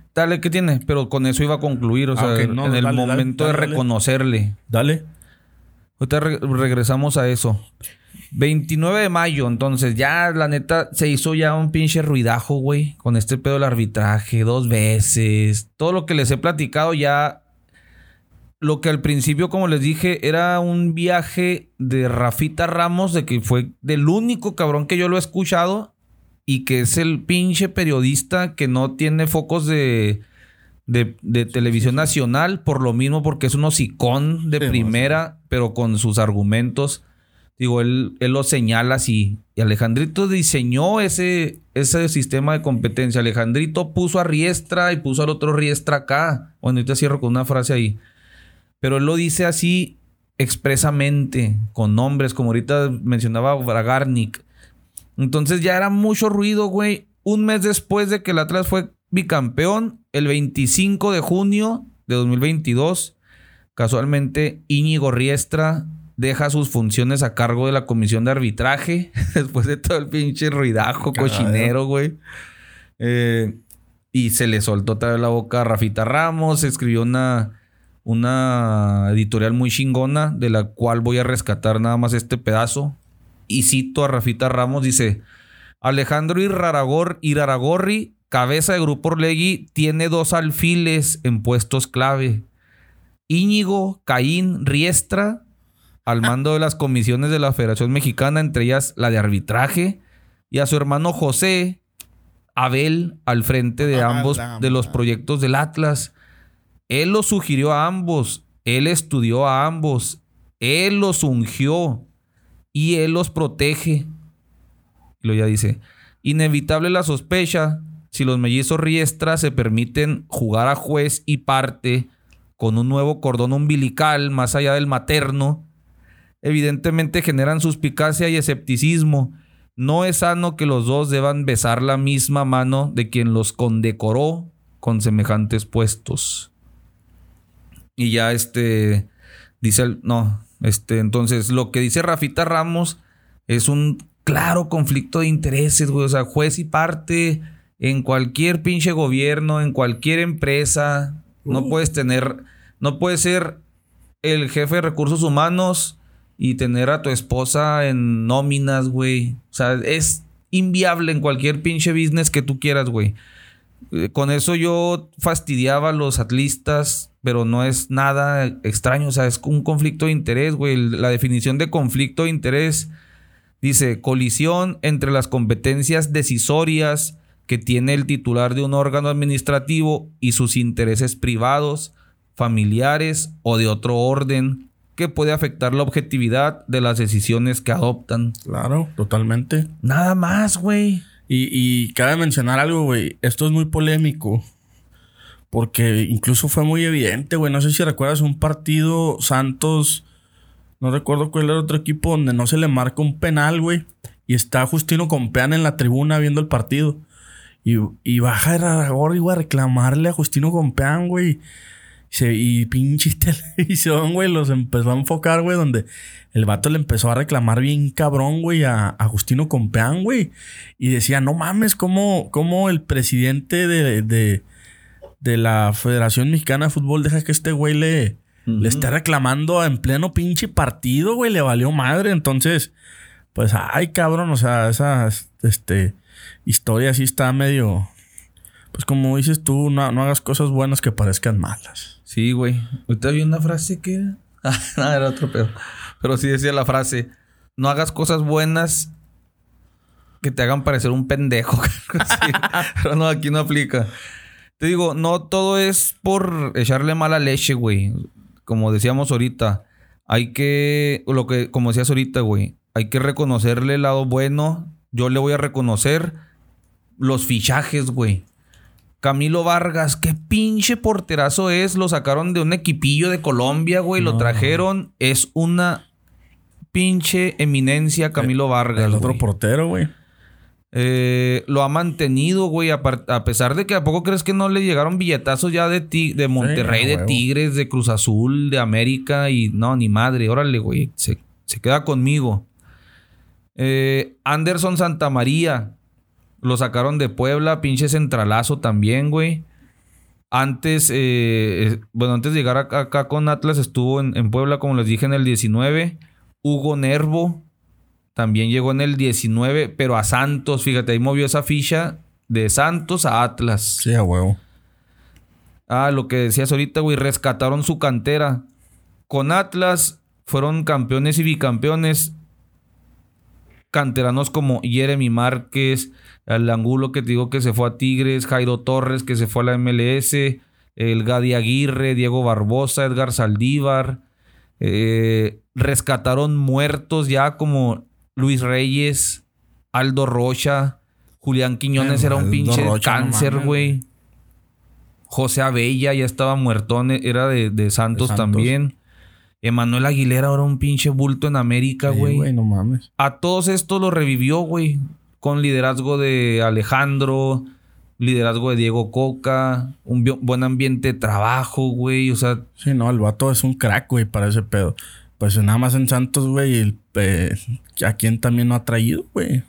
[SPEAKER 1] dale, ¿qué tiene? Pero con eso iba a concluir, o sea,
[SPEAKER 2] ok, no,
[SPEAKER 1] en el
[SPEAKER 2] dale,
[SPEAKER 1] momento
[SPEAKER 2] dale,
[SPEAKER 1] de reconocerle.
[SPEAKER 2] Dale.
[SPEAKER 1] Ahorita regresamos a eso. 29 de mayo, entonces ya la neta se hizo ya un pinche ruidajo, güey, con este pedo del arbitraje 2 veces. Todo lo que les he platicado ya, lo que al principio, como les dije, era un viaje de Rafita Ramos, de que fue del único cabrón que yo lo he escuchado y que es el pinche periodista que no tiene focos de televisión nacional, por lo mismo, porque es un hocicón de primera, pero con sus argumentos. Digo, él lo señala así. Y Alejandrito diseñó ese sistema de competencia. Alejandrito puso a Riestra y puso al otro Riestra acá. Bueno, ahorita cierro con una frase ahí. Pero él lo dice así expresamente, con nombres, como ahorita mencionaba Bragarnik. Entonces ya era mucho ruido, güey. Un mes después de que el Atlas fue bicampeón, el 25 de junio de 2022, casualmente Íñigo Riestra deja sus funciones a cargo de la comisión de arbitraje después de todo el pinche ruidajo cochinero, güey. Y se le soltó otra vez la boca a Rafita Ramos. Escribió una editorial muy chingona, de la cual voy a rescatar nada más este pedazo. Y cito a Rafita Ramos, dice: Alejandro Iraragorri, cabeza de Grupo Orlegui, tiene 2 alfiles en puestos clave. Íñigo Caín Riestra al mando de las comisiones de la Federación Mexicana, entre ellas la de arbitraje, y a su hermano José Abel al frente de ambos de los proyectos del Atlas. Él los sugirió a ambos, él estudió a ambos, él los ungió y él los protege. Y luego ya dice: inevitable la sospecha si los mellizos Riestra se permiten jugar a juez y parte con un nuevo cordón umbilical más allá del materno. Evidentemente generan suspicacia y escepticismo. No es sano que los dos deban besar la misma mano de quien los condecoró con semejantes puestos. Y ya dice entonces lo que dice Rafita Ramos es un claro conflicto de intereses, güey. O sea, juez y parte en cualquier pinche gobierno, en cualquier empresa. No puedes ser el jefe de recursos humanos y tener a tu esposa en nóminas, güey. O sea, es inviable en cualquier pinche business que tú quieras, güey. Con eso yo fastidiaba a los atlistas, pero no es nada extraño. O sea, es un conflicto de interés, güey. La definición de conflicto de interés dice: colisión entre las competencias decisorias que tiene el titular de un órgano administrativo y sus intereses privados, familiares o de otro orden, que puede afectar la objetividad de las decisiones que adoptan.
[SPEAKER 2] Claro, totalmente.
[SPEAKER 1] Nada más, güey.
[SPEAKER 2] Y cabe mencionar algo, güey. Esto es muy polémico. Porque incluso fue muy evidente, güey. No sé si recuerdas un partido Santos. No recuerdo cuál era el otro equipo donde no se le marca un penal, güey. Y está Justino Compeán en la tribuna viendo el partido. Y baja Iraragorri, güey, a reclamarle a Justino Compeán, güey. Y pinche televisión, güey, los empezó a enfocar, güey, donde el vato le empezó a reclamar bien cabrón, güey, a Justino Compeán, güey. Y decía: no mames, ¿cómo el presidente de la Federación Mexicana de Fútbol deja que este güey le esté reclamando en pleno pinche partido, güey? Le valió madre. Entonces, pues, ay, cabrón, o sea, esa historia sí está medio... Pues como dices tú, no hagas cosas buenas que parezcan malas.
[SPEAKER 1] Sí, güey. Ahorita vi una frase que era... no, era otro pedo. Pero sí decía la frase: no hagas cosas buenas que te hagan parecer un pendejo. Sí. Pero no, aquí no aplica. Te digo, no todo es por echarle mala leche, güey. Como decíamos ahorita, como decías ahorita, güey, hay que reconocerle el lado bueno. Yo le voy a reconocer los fichajes, güey. Camilo Vargas, qué pinche porterazo es. Lo sacaron de un equipillo de Colombia, güey. Lo trajeron. Es una pinche eminencia, Camilo Vargas.
[SPEAKER 2] El otro portero, güey.
[SPEAKER 1] Lo ha mantenido, güey. A pesar de que ¿a poco crees que no le llegaron billetazos ya de Monterrey, de Tigres, de Cruz Azul, de América? Y no, ni madre. Órale, güey. Se queda conmigo. Anderson Santamaría. Lo sacaron de Puebla, pinche centralazo también, güey. Antes, antes de llegar acá con Atlas, estuvo en Puebla, como les dije, en el 19. Hugo Nervo también llegó en el 19, pero a Santos, fíjate, ahí movió esa ficha de Santos a Atlas.
[SPEAKER 2] Sí, a huevo.
[SPEAKER 1] Lo que decías ahorita, güey, rescataron su cantera. Con Atlas fueron campeones y bicampeones. Canteranos como Jeremy Márquez, el Angulo que te digo que se fue a Tigres, Jairo Torres que se fue a la MLS, el Gadi Aguirre, Diego Barbosa, Edgar Saldívar. Rescataron muertos ya como Luis Reyes, Aldo Rocha, Julián Quiñones era un pinche Rocha, cáncer, güey. No, José Abella ya estaba muertón, era de Santos también. Emanuel Aguilera era un pinche bulto en América, güey.
[SPEAKER 2] Güey, no mames.
[SPEAKER 1] A todos estos los revivió, güey. Con liderazgo de Alejandro, liderazgo de Diego Coca, un buen ambiente de trabajo, güey. O sea...
[SPEAKER 2] Sí, no, el vato es un crack, güey, para ese pedo. Pues nada más en Santos, güey, ¿a quién también no ha traído, güey?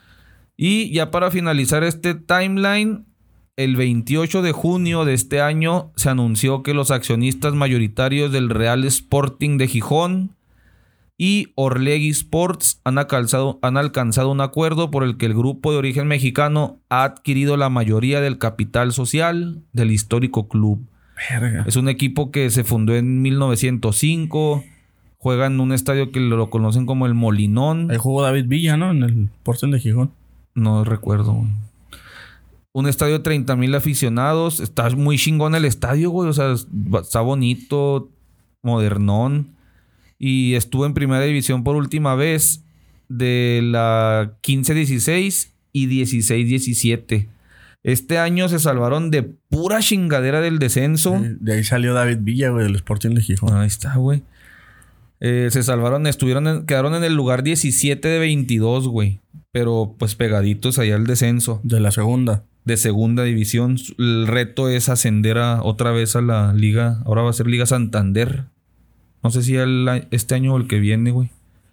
[SPEAKER 1] Y ya para finalizar este timeline, el 28 de junio de este año se anunció que los accionistas mayoritarios del Real Sporting de Gijón y Orlegui Sports han alcanzado un acuerdo por el que el grupo de origen mexicano ha adquirido la mayoría del capital social del histórico club.
[SPEAKER 2] Verga.
[SPEAKER 1] Es un equipo que se fundó en 1905, juega en un estadio que lo conocen como el Molinón.
[SPEAKER 2] Ahí jugó David Villa, ¿no? En el Sporting de Gijón.
[SPEAKER 1] No recuerdo, güey. Un estadio de 30,000 aficionados. Está muy chingón el estadio, güey. O sea, está bonito, modernón. Y estuvo en primera división por última vez de la 15-16 y 16-17. Este año se salvaron de pura chingadera del descenso.
[SPEAKER 2] De ahí salió David Villa, güey, del Sporting de Gijón.
[SPEAKER 1] Ahí está, güey. Se salvaron, quedaron en el lugar 17 de 22, güey. Pero pues pegaditos allá al descenso.
[SPEAKER 2] De la segunda.
[SPEAKER 1] De segunda división. El reto es ascender otra vez a la liga. Ahora va a ser Liga Santander. No sé si este año o el que viene, güey.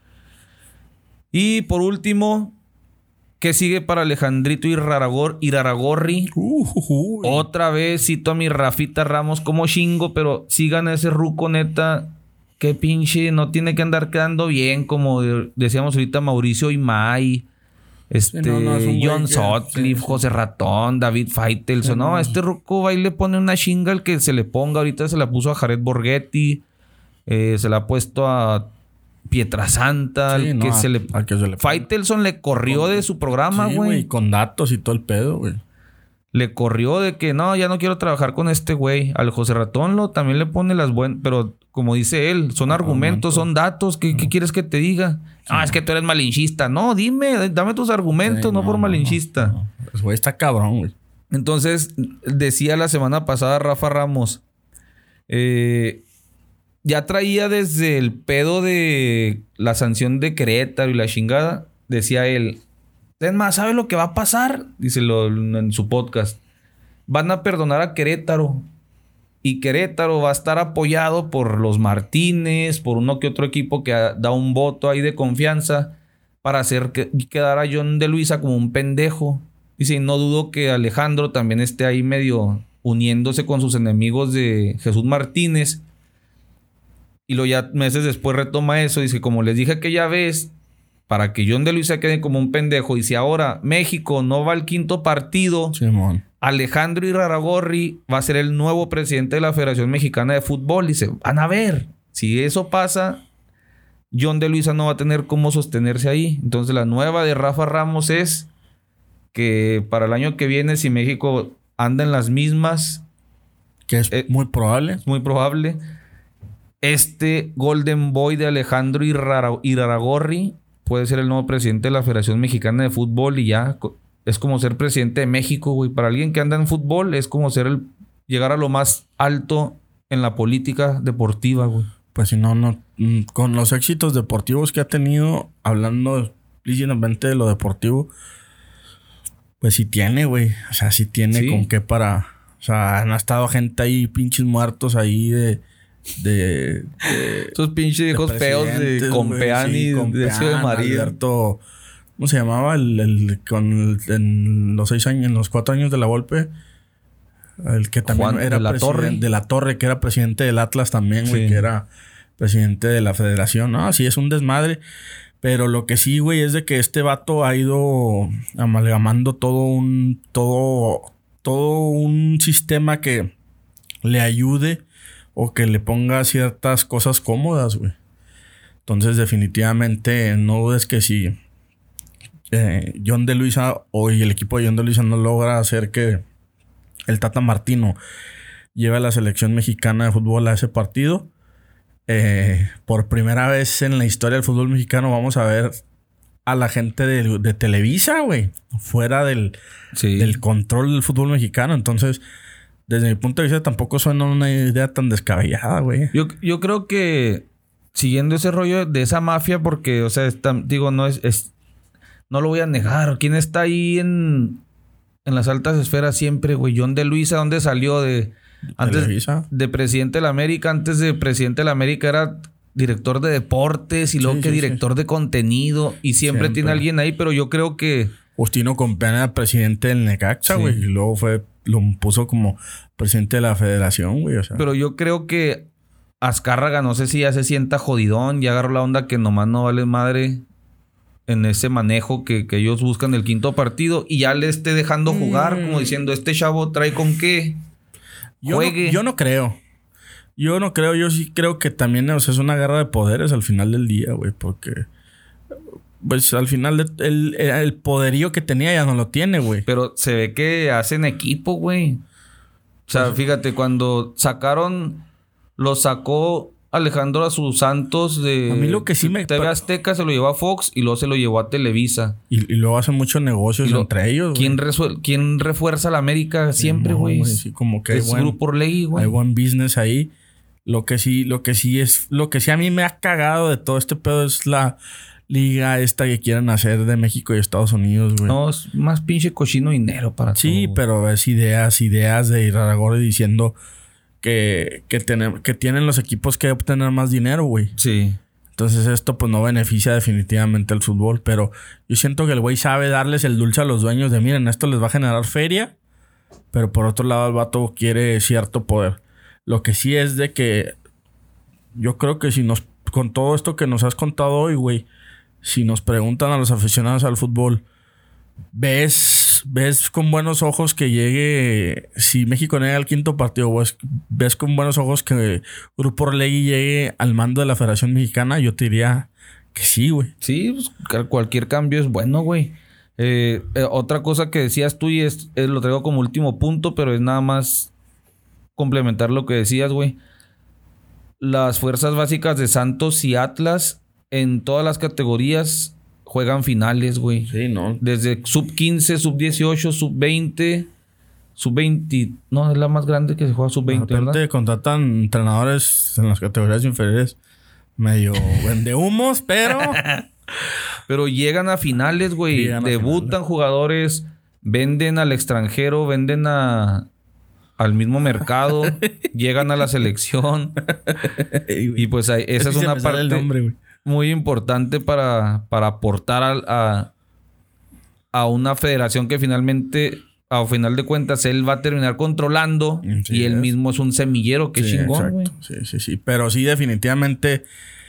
[SPEAKER 1] Y por último, ¿qué sigue para Alejandrito Iraragorri? Otra vez cito a mi Rafita Ramos como chingo, pero sigan a ese ruco, neta. Qué pinche, no tiene que andar quedando bien, como decíamos ahorita Mauricio Imay. John Sutcliffe, José Ratón, David Faitelson. No, este ruco va y le pone una chinga al que se le ponga. Ahorita se la puso a Jared Borghetti. Se la ha puesto a Pietrasanta.
[SPEAKER 2] Sí, al que se le
[SPEAKER 1] Faitelson le corrió de su programa, güey.
[SPEAKER 2] Sí, con datos y todo el pedo, güey.
[SPEAKER 1] Le corrió de que no, ya no quiero trabajar con este güey. Al José Ratón también le pone las buenas. Pero como dice él, son argumentos, son datos. ¿Qué quieres que te diga? Sí. Es que tú eres malinchista. No, dame tus argumentos, no por malinchista.
[SPEAKER 2] No. Pues güey, está cabrón, güey.
[SPEAKER 1] Entonces, decía la semana pasada Rafa Ramos. Ya traía desde el pedo de la sanción de Querétaro y la chingada. Decía él. Es más, ¿sabe lo que va a pasar? Dice en su podcast. Van a perdonar a Querétaro. Y Querétaro va a estar apoyado por los Martínez, por uno que otro equipo que da un voto ahí de confianza para hacer quedar a John de Luisa como un pendejo. Dice, no dudo que Alejandro también esté ahí medio uniéndose con sus enemigos de Jesús Martínez. Y luego ya meses después retoma eso. Dice, como les dije aquella vez, para que John de Luisa quede como un pendejo. Y si ahora México no va al quinto partido,
[SPEAKER 2] Simón,
[SPEAKER 1] Alejandro Iraragorri va a ser el nuevo presidente de la Federación Mexicana de Fútbol. Dice, van a ver, si eso pasa, John de Luisa no va a tener cómo sostenerse ahí. Entonces la nueva de Rafa Ramos es que para el año que viene, si México anda en las mismas,
[SPEAKER 2] que es muy probable.
[SPEAKER 1] Es muy probable. Este Golden Boy de Alejandro Iraragorri puede ser el nuevo presidente de la Federación Mexicana de Fútbol y ya es como ser presidente de México, güey. Para alguien que anda en fútbol es como llegar a lo más alto en la política deportiva, güey.
[SPEAKER 2] Pues si no, con los éxitos deportivos que ha tenido, hablando explícitamente de lo deportivo, pues sí tiene, güey. O sea, sí tiene con qué para... O sea, han estado gente ahí, pinches muertos ahí de
[SPEAKER 1] esos pinches hijos feos de Compeani, de Ciudad de María.
[SPEAKER 2] Alberto, ¿cómo se llamaba? En los 6 años, en los 4 años de la Volpe. El que también
[SPEAKER 1] Juan
[SPEAKER 2] era
[SPEAKER 1] de la Torre.
[SPEAKER 2] de la Torre, que era presidente del Atlas también, güey,
[SPEAKER 1] Sí.
[SPEAKER 2] que era presidente de la federación. No, sí, es un desmadre. Pero lo que sí, güey, es de que este vato ha ido amalgamando todo un sistema que le ayude o que le ponga ciertas cosas cómodas, güey. Entonces, definitivamente, no dudes que si John de Luisa y el equipo de John de Luisa no logra hacer que el Tata Martino lleve a la selección mexicana de fútbol a ese partido, por primera vez en la historia del fútbol mexicano vamos a ver a la gente de Televisa, güey, fuera del control del fútbol mexicano. Entonces, desde mi punto de vista, tampoco suena una idea tan descabellada, güey.
[SPEAKER 1] Yo creo que siguiendo ese rollo de esa mafia, porque, o sea, digo, no no lo voy a negar. ¿Quién está ahí en las altas esferas siempre, güey? John de Luisa, ¿dónde salió? Antes
[SPEAKER 2] Televisa.
[SPEAKER 1] de presidente de la América. Antes de presidente de la América era director de deportes y luego director de contenido. Y siempre tiene alguien ahí, pero yo creo que...
[SPEAKER 2] Justino Compeán era presidente del Necaxa, güey. Y luego lo puso como presidente de la federación, güey. O sea.
[SPEAKER 1] Pero yo creo que Azcárraga, no sé si ya se sienta jodidón. Ya agarró la onda que nomás no vale madre en ese manejo que ellos buscan el quinto partido. Y ya le esté dejando jugar, como diciendo, este chavo trae con qué juegue.
[SPEAKER 2] Yo no creo. Yo sí creo que también, o sea, es una guerra de poderes al final del día, güey. Porque... pues al final el poderío que tenía ya no lo tiene, güey.
[SPEAKER 1] Pero se ve que hacen equipo, güey. O sea, fíjate, cuando lo sacó Alejandro Santos de
[SPEAKER 2] a mí lo que sí me...
[SPEAKER 1] TV Azteca, se lo llevó a Fox y luego se lo llevó a Televisa.
[SPEAKER 2] Y luego hacen muchos negocios entre ellos,
[SPEAKER 1] güey. ¿Quién refuerza a la América siempre, güey?
[SPEAKER 2] No, sí, como que
[SPEAKER 1] es Grupo Orlegui, güey.
[SPEAKER 2] Hay buen business ahí. Lo que sí a mí me ha cagado de todo este pedo es la liga esta que quieren hacer de México y Estados Unidos, güey.
[SPEAKER 1] No, es más pinche cochino dinero para
[SPEAKER 2] sí, todo, pero es ideas de Iraragorri diciendo que tienen los equipos que obtener más dinero, güey.
[SPEAKER 1] Sí.
[SPEAKER 2] Entonces esto pues no beneficia definitivamente al fútbol, pero yo siento que el güey sabe darles el dulce a los dueños de miren, esto les va a generar feria, pero por otro lado el vato quiere cierto poder. Lo que sí es de que yo creo que con todo esto que nos has contado hoy, güey, si nos preguntan a los aficionados al fútbol, ¿ves con buenos ojos que llegue, si México llega al quinto partido, ves con buenos ojos que Grupo Orlegui llegue al mando de la Federación Mexicana? Yo te diría que sí, güey.
[SPEAKER 1] Sí, pues, cualquier cambio es bueno, güey. Otra cosa que decías tú y lo traigo como último punto, pero es nada más complementar lo que decías, güey. Las fuerzas básicas de Santos y Atlas en todas las categorías juegan finales, güey.
[SPEAKER 2] Sí, ¿no?
[SPEAKER 1] Desde sub-15, sub-18, sub-20, sub-20... No, es la más grande que se juega sub-20,
[SPEAKER 2] de repente contratan entrenadores en las categorías inferiores medio vendehumos, pero...
[SPEAKER 1] pero llegan a finales, güey. Debutan jugadores, venden al extranjero, venden al mismo mercado, llegan a la selección. Y pues esa es una parte muy importante para aportar a una federación que finalmente, a final de cuentas, él va a terminar controlando. Sí, y él mismo es un semillero. Qué chingón, güey.
[SPEAKER 2] Sí. Pero sí, definitivamente,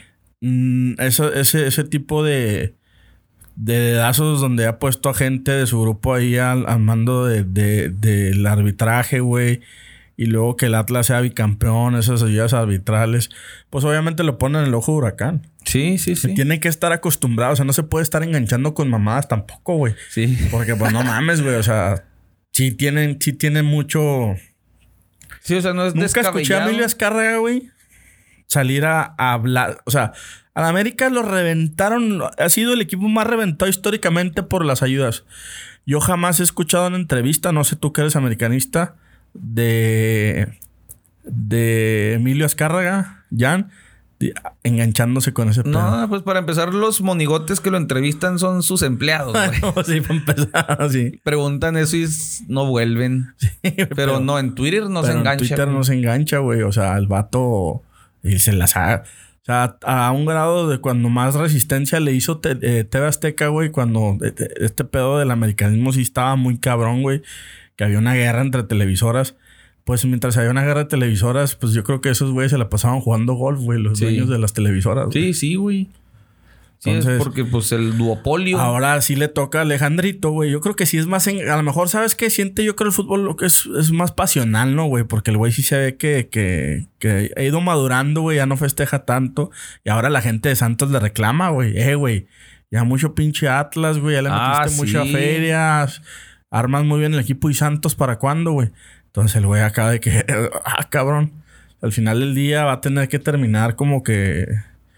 [SPEAKER 2] ese tipo de dedazos donde ha puesto a gente de su grupo ahí al mando del arbitraje, güey. Y luego que el Atlas sea bicampeón, esas ayudas arbitrales, pues obviamente lo ponen en el ojo de huracán.
[SPEAKER 1] Sí.
[SPEAKER 2] Tiene que estar acostumbrado. O sea, no se puede estar enganchando con mamadas tampoco, güey.
[SPEAKER 1] Sí.
[SPEAKER 2] Porque pues no mames, güey. O sea, sí tienen mucho...
[SPEAKER 1] Sí, o sea, no es
[SPEAKER 2] Nunca escuché a Emilio Azcárraga, güey, salir a hablar. O sea, a la América lo reventaron. Ha sido el equipo más reventado históricamente por las ayudas. Yo jamás he escuchado una entrevista, no sé tú que eres americanista, de Emilio Azcárraga, Jan, enganchándose con ese pedo.
[SPEAKER 1] No, pues para empezar, los monigotes que lo entrevistan son sus empleados, güey.
[SPEAKER 2] No, sí, para empezar, sí.
[SPEAKER 1] Preguntan eso y no vuelven. Sí, pero no, en Twitter no se engancha. En
[SPEAKER 2] Twitter no se engancha, güey. O sea, el vato... Y se las ha... O sea, a un grado de cuando más resistencia le hizo TV Azteca, güey. Cuando este pedo del americanismo sí estaba muy cabrón, güey. Que había una guerra entre televisoras. pues mientras había una guerra de televisoras, pues yo creo que esos güeyes se la pasaban jugando golf, güey, los dueños de las televisoras.
[SPEAKER 1] Sí, sí, güey. Sí, entonces, es porque pues el duopolio.
[SPEAKER 2] Ahora sí le toca a Alejandrito, güey. Yo creo que sí es más... a lo mejor, ¿sabes qué? Siente yo creo el fútbol lo que es más pasional, ¿no, güey? Porque el güey sí se ve que ha ido madurando, güey. Ya no festeja tanto. Y ahora la gente de Santos le reclama, güey. Güey. Ya mucho pinche Atlas, güey. Ya le metiste mucha feria. Armas muy bien el equipo. ¿Y Santos para cuándo, güey? Entonces el güey acaba de que... cabrón. Al final del día va a tener que terminar como que...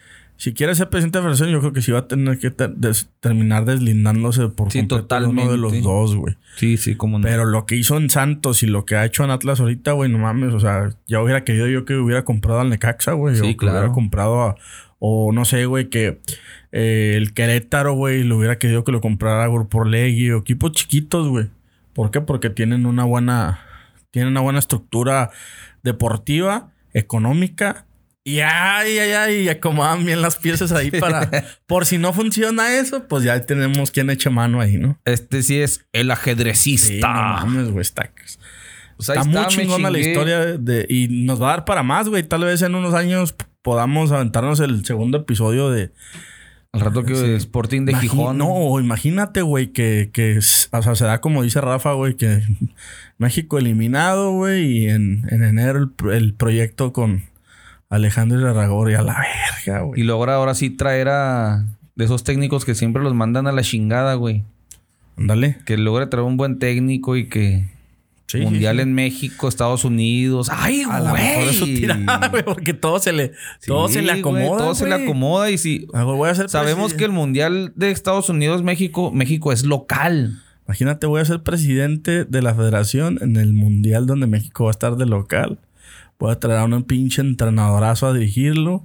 [SPEAKER 2] Si quiere ser presidente de la federación, yo creo que sí va a tener que terminar deslindándose por completo de uno de los dos, güey.
[SPEAKER 1] Sí, sí, como no.
[SPEAKER 2] Pero lo que hizo en Santos y lo que ha hecho en Atlas ahorita, güey, no mames. O sea, ya hubiera querido yo que hubiera comprado al Necaxa, güey.
[SPEAKER 1] Sí,
[SPEAKER 2] o que
[SPEAKER 1] claro.
[SPEAKER 2] hubiera comprado o no sé, güey, que el Querétaro, güey, lo hubiera querido que lo comprara Grupo Orlegui o equipos chiquitos, güey. ¿Por qué? Porque tienen una buena estructura deportiva, económica. Y acomodan bien las piezas ahí para... por si no funciona eso, pues ya tenemos quien eche mano ahí, ¿no?
[SPEAKER 1] Este sí es el ajedrecista.
[SPEAKER 2] Sí, no mames, güey. Está
[SPEAKER 1] pues
[SPEAKER 2] está muy chingona la historia y nos va a dar para más, güey. Tal vez en unos años podamos aventarnos el segundo episodio de...
[SPEAKER 1] Al rato que Sporting de Gijón.
[SPEAKER 2] No, imagínate, güey, que o sea, se da como dice Rafa, güey, que México eliminado, güey, y en enero el proyecto con... Alejandro Irarrágorri a la verga, güey.
[SPEAKER 1] Y logra ahora sí traer a... De esos técnicos que siempre los mandan a la chingada, güey.
[SPEAKER 2] Ándale.
[SPEAKER 1] Que logre traer un buen técnico y que... Sí, mundial en México, Estados Unidos. ¡Ay, güey!
[SPEAKER 2] A lo mejor eso tiraba, güey. Porque todo se le acomoda,
[SPEAKER 1] güey. Todo se le acomoda. Y si...
[SPEAKER 2] voy a ser
[SPEAKER 1] sabemos que el mundial de Estados Unidos, México es local.
[SPEAKER 2] Imagínate, voy a ser presidente de la federación en el mundial donde México va a estar de local. Voy a traer a un pinche entrenadorazo a dirigirlo.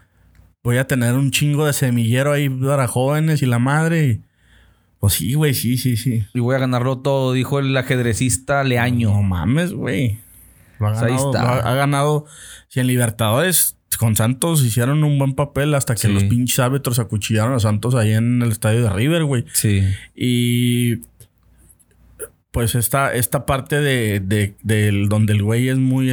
[SPEAKER 2] Voy a tener un chingo de semillero ahí para jóvenes y la madre. Y... pues sí, güey, sí.
[SPEAKER 1] Y voy a ganarlo todo, dijo el ajedrecista Leaño.
[SPEAKER 2] No mames, güey. Ahí está. Ha ganado. Si en Libertadores con Santos hicieron un buen papel hasta que los pinches árbitros acuchillaron a Santos ahí en el estadio de River, güey.
[SPEAKER 1] Sí.
[SPEAKER 2] Y... pues esta parte del donde el güey es muy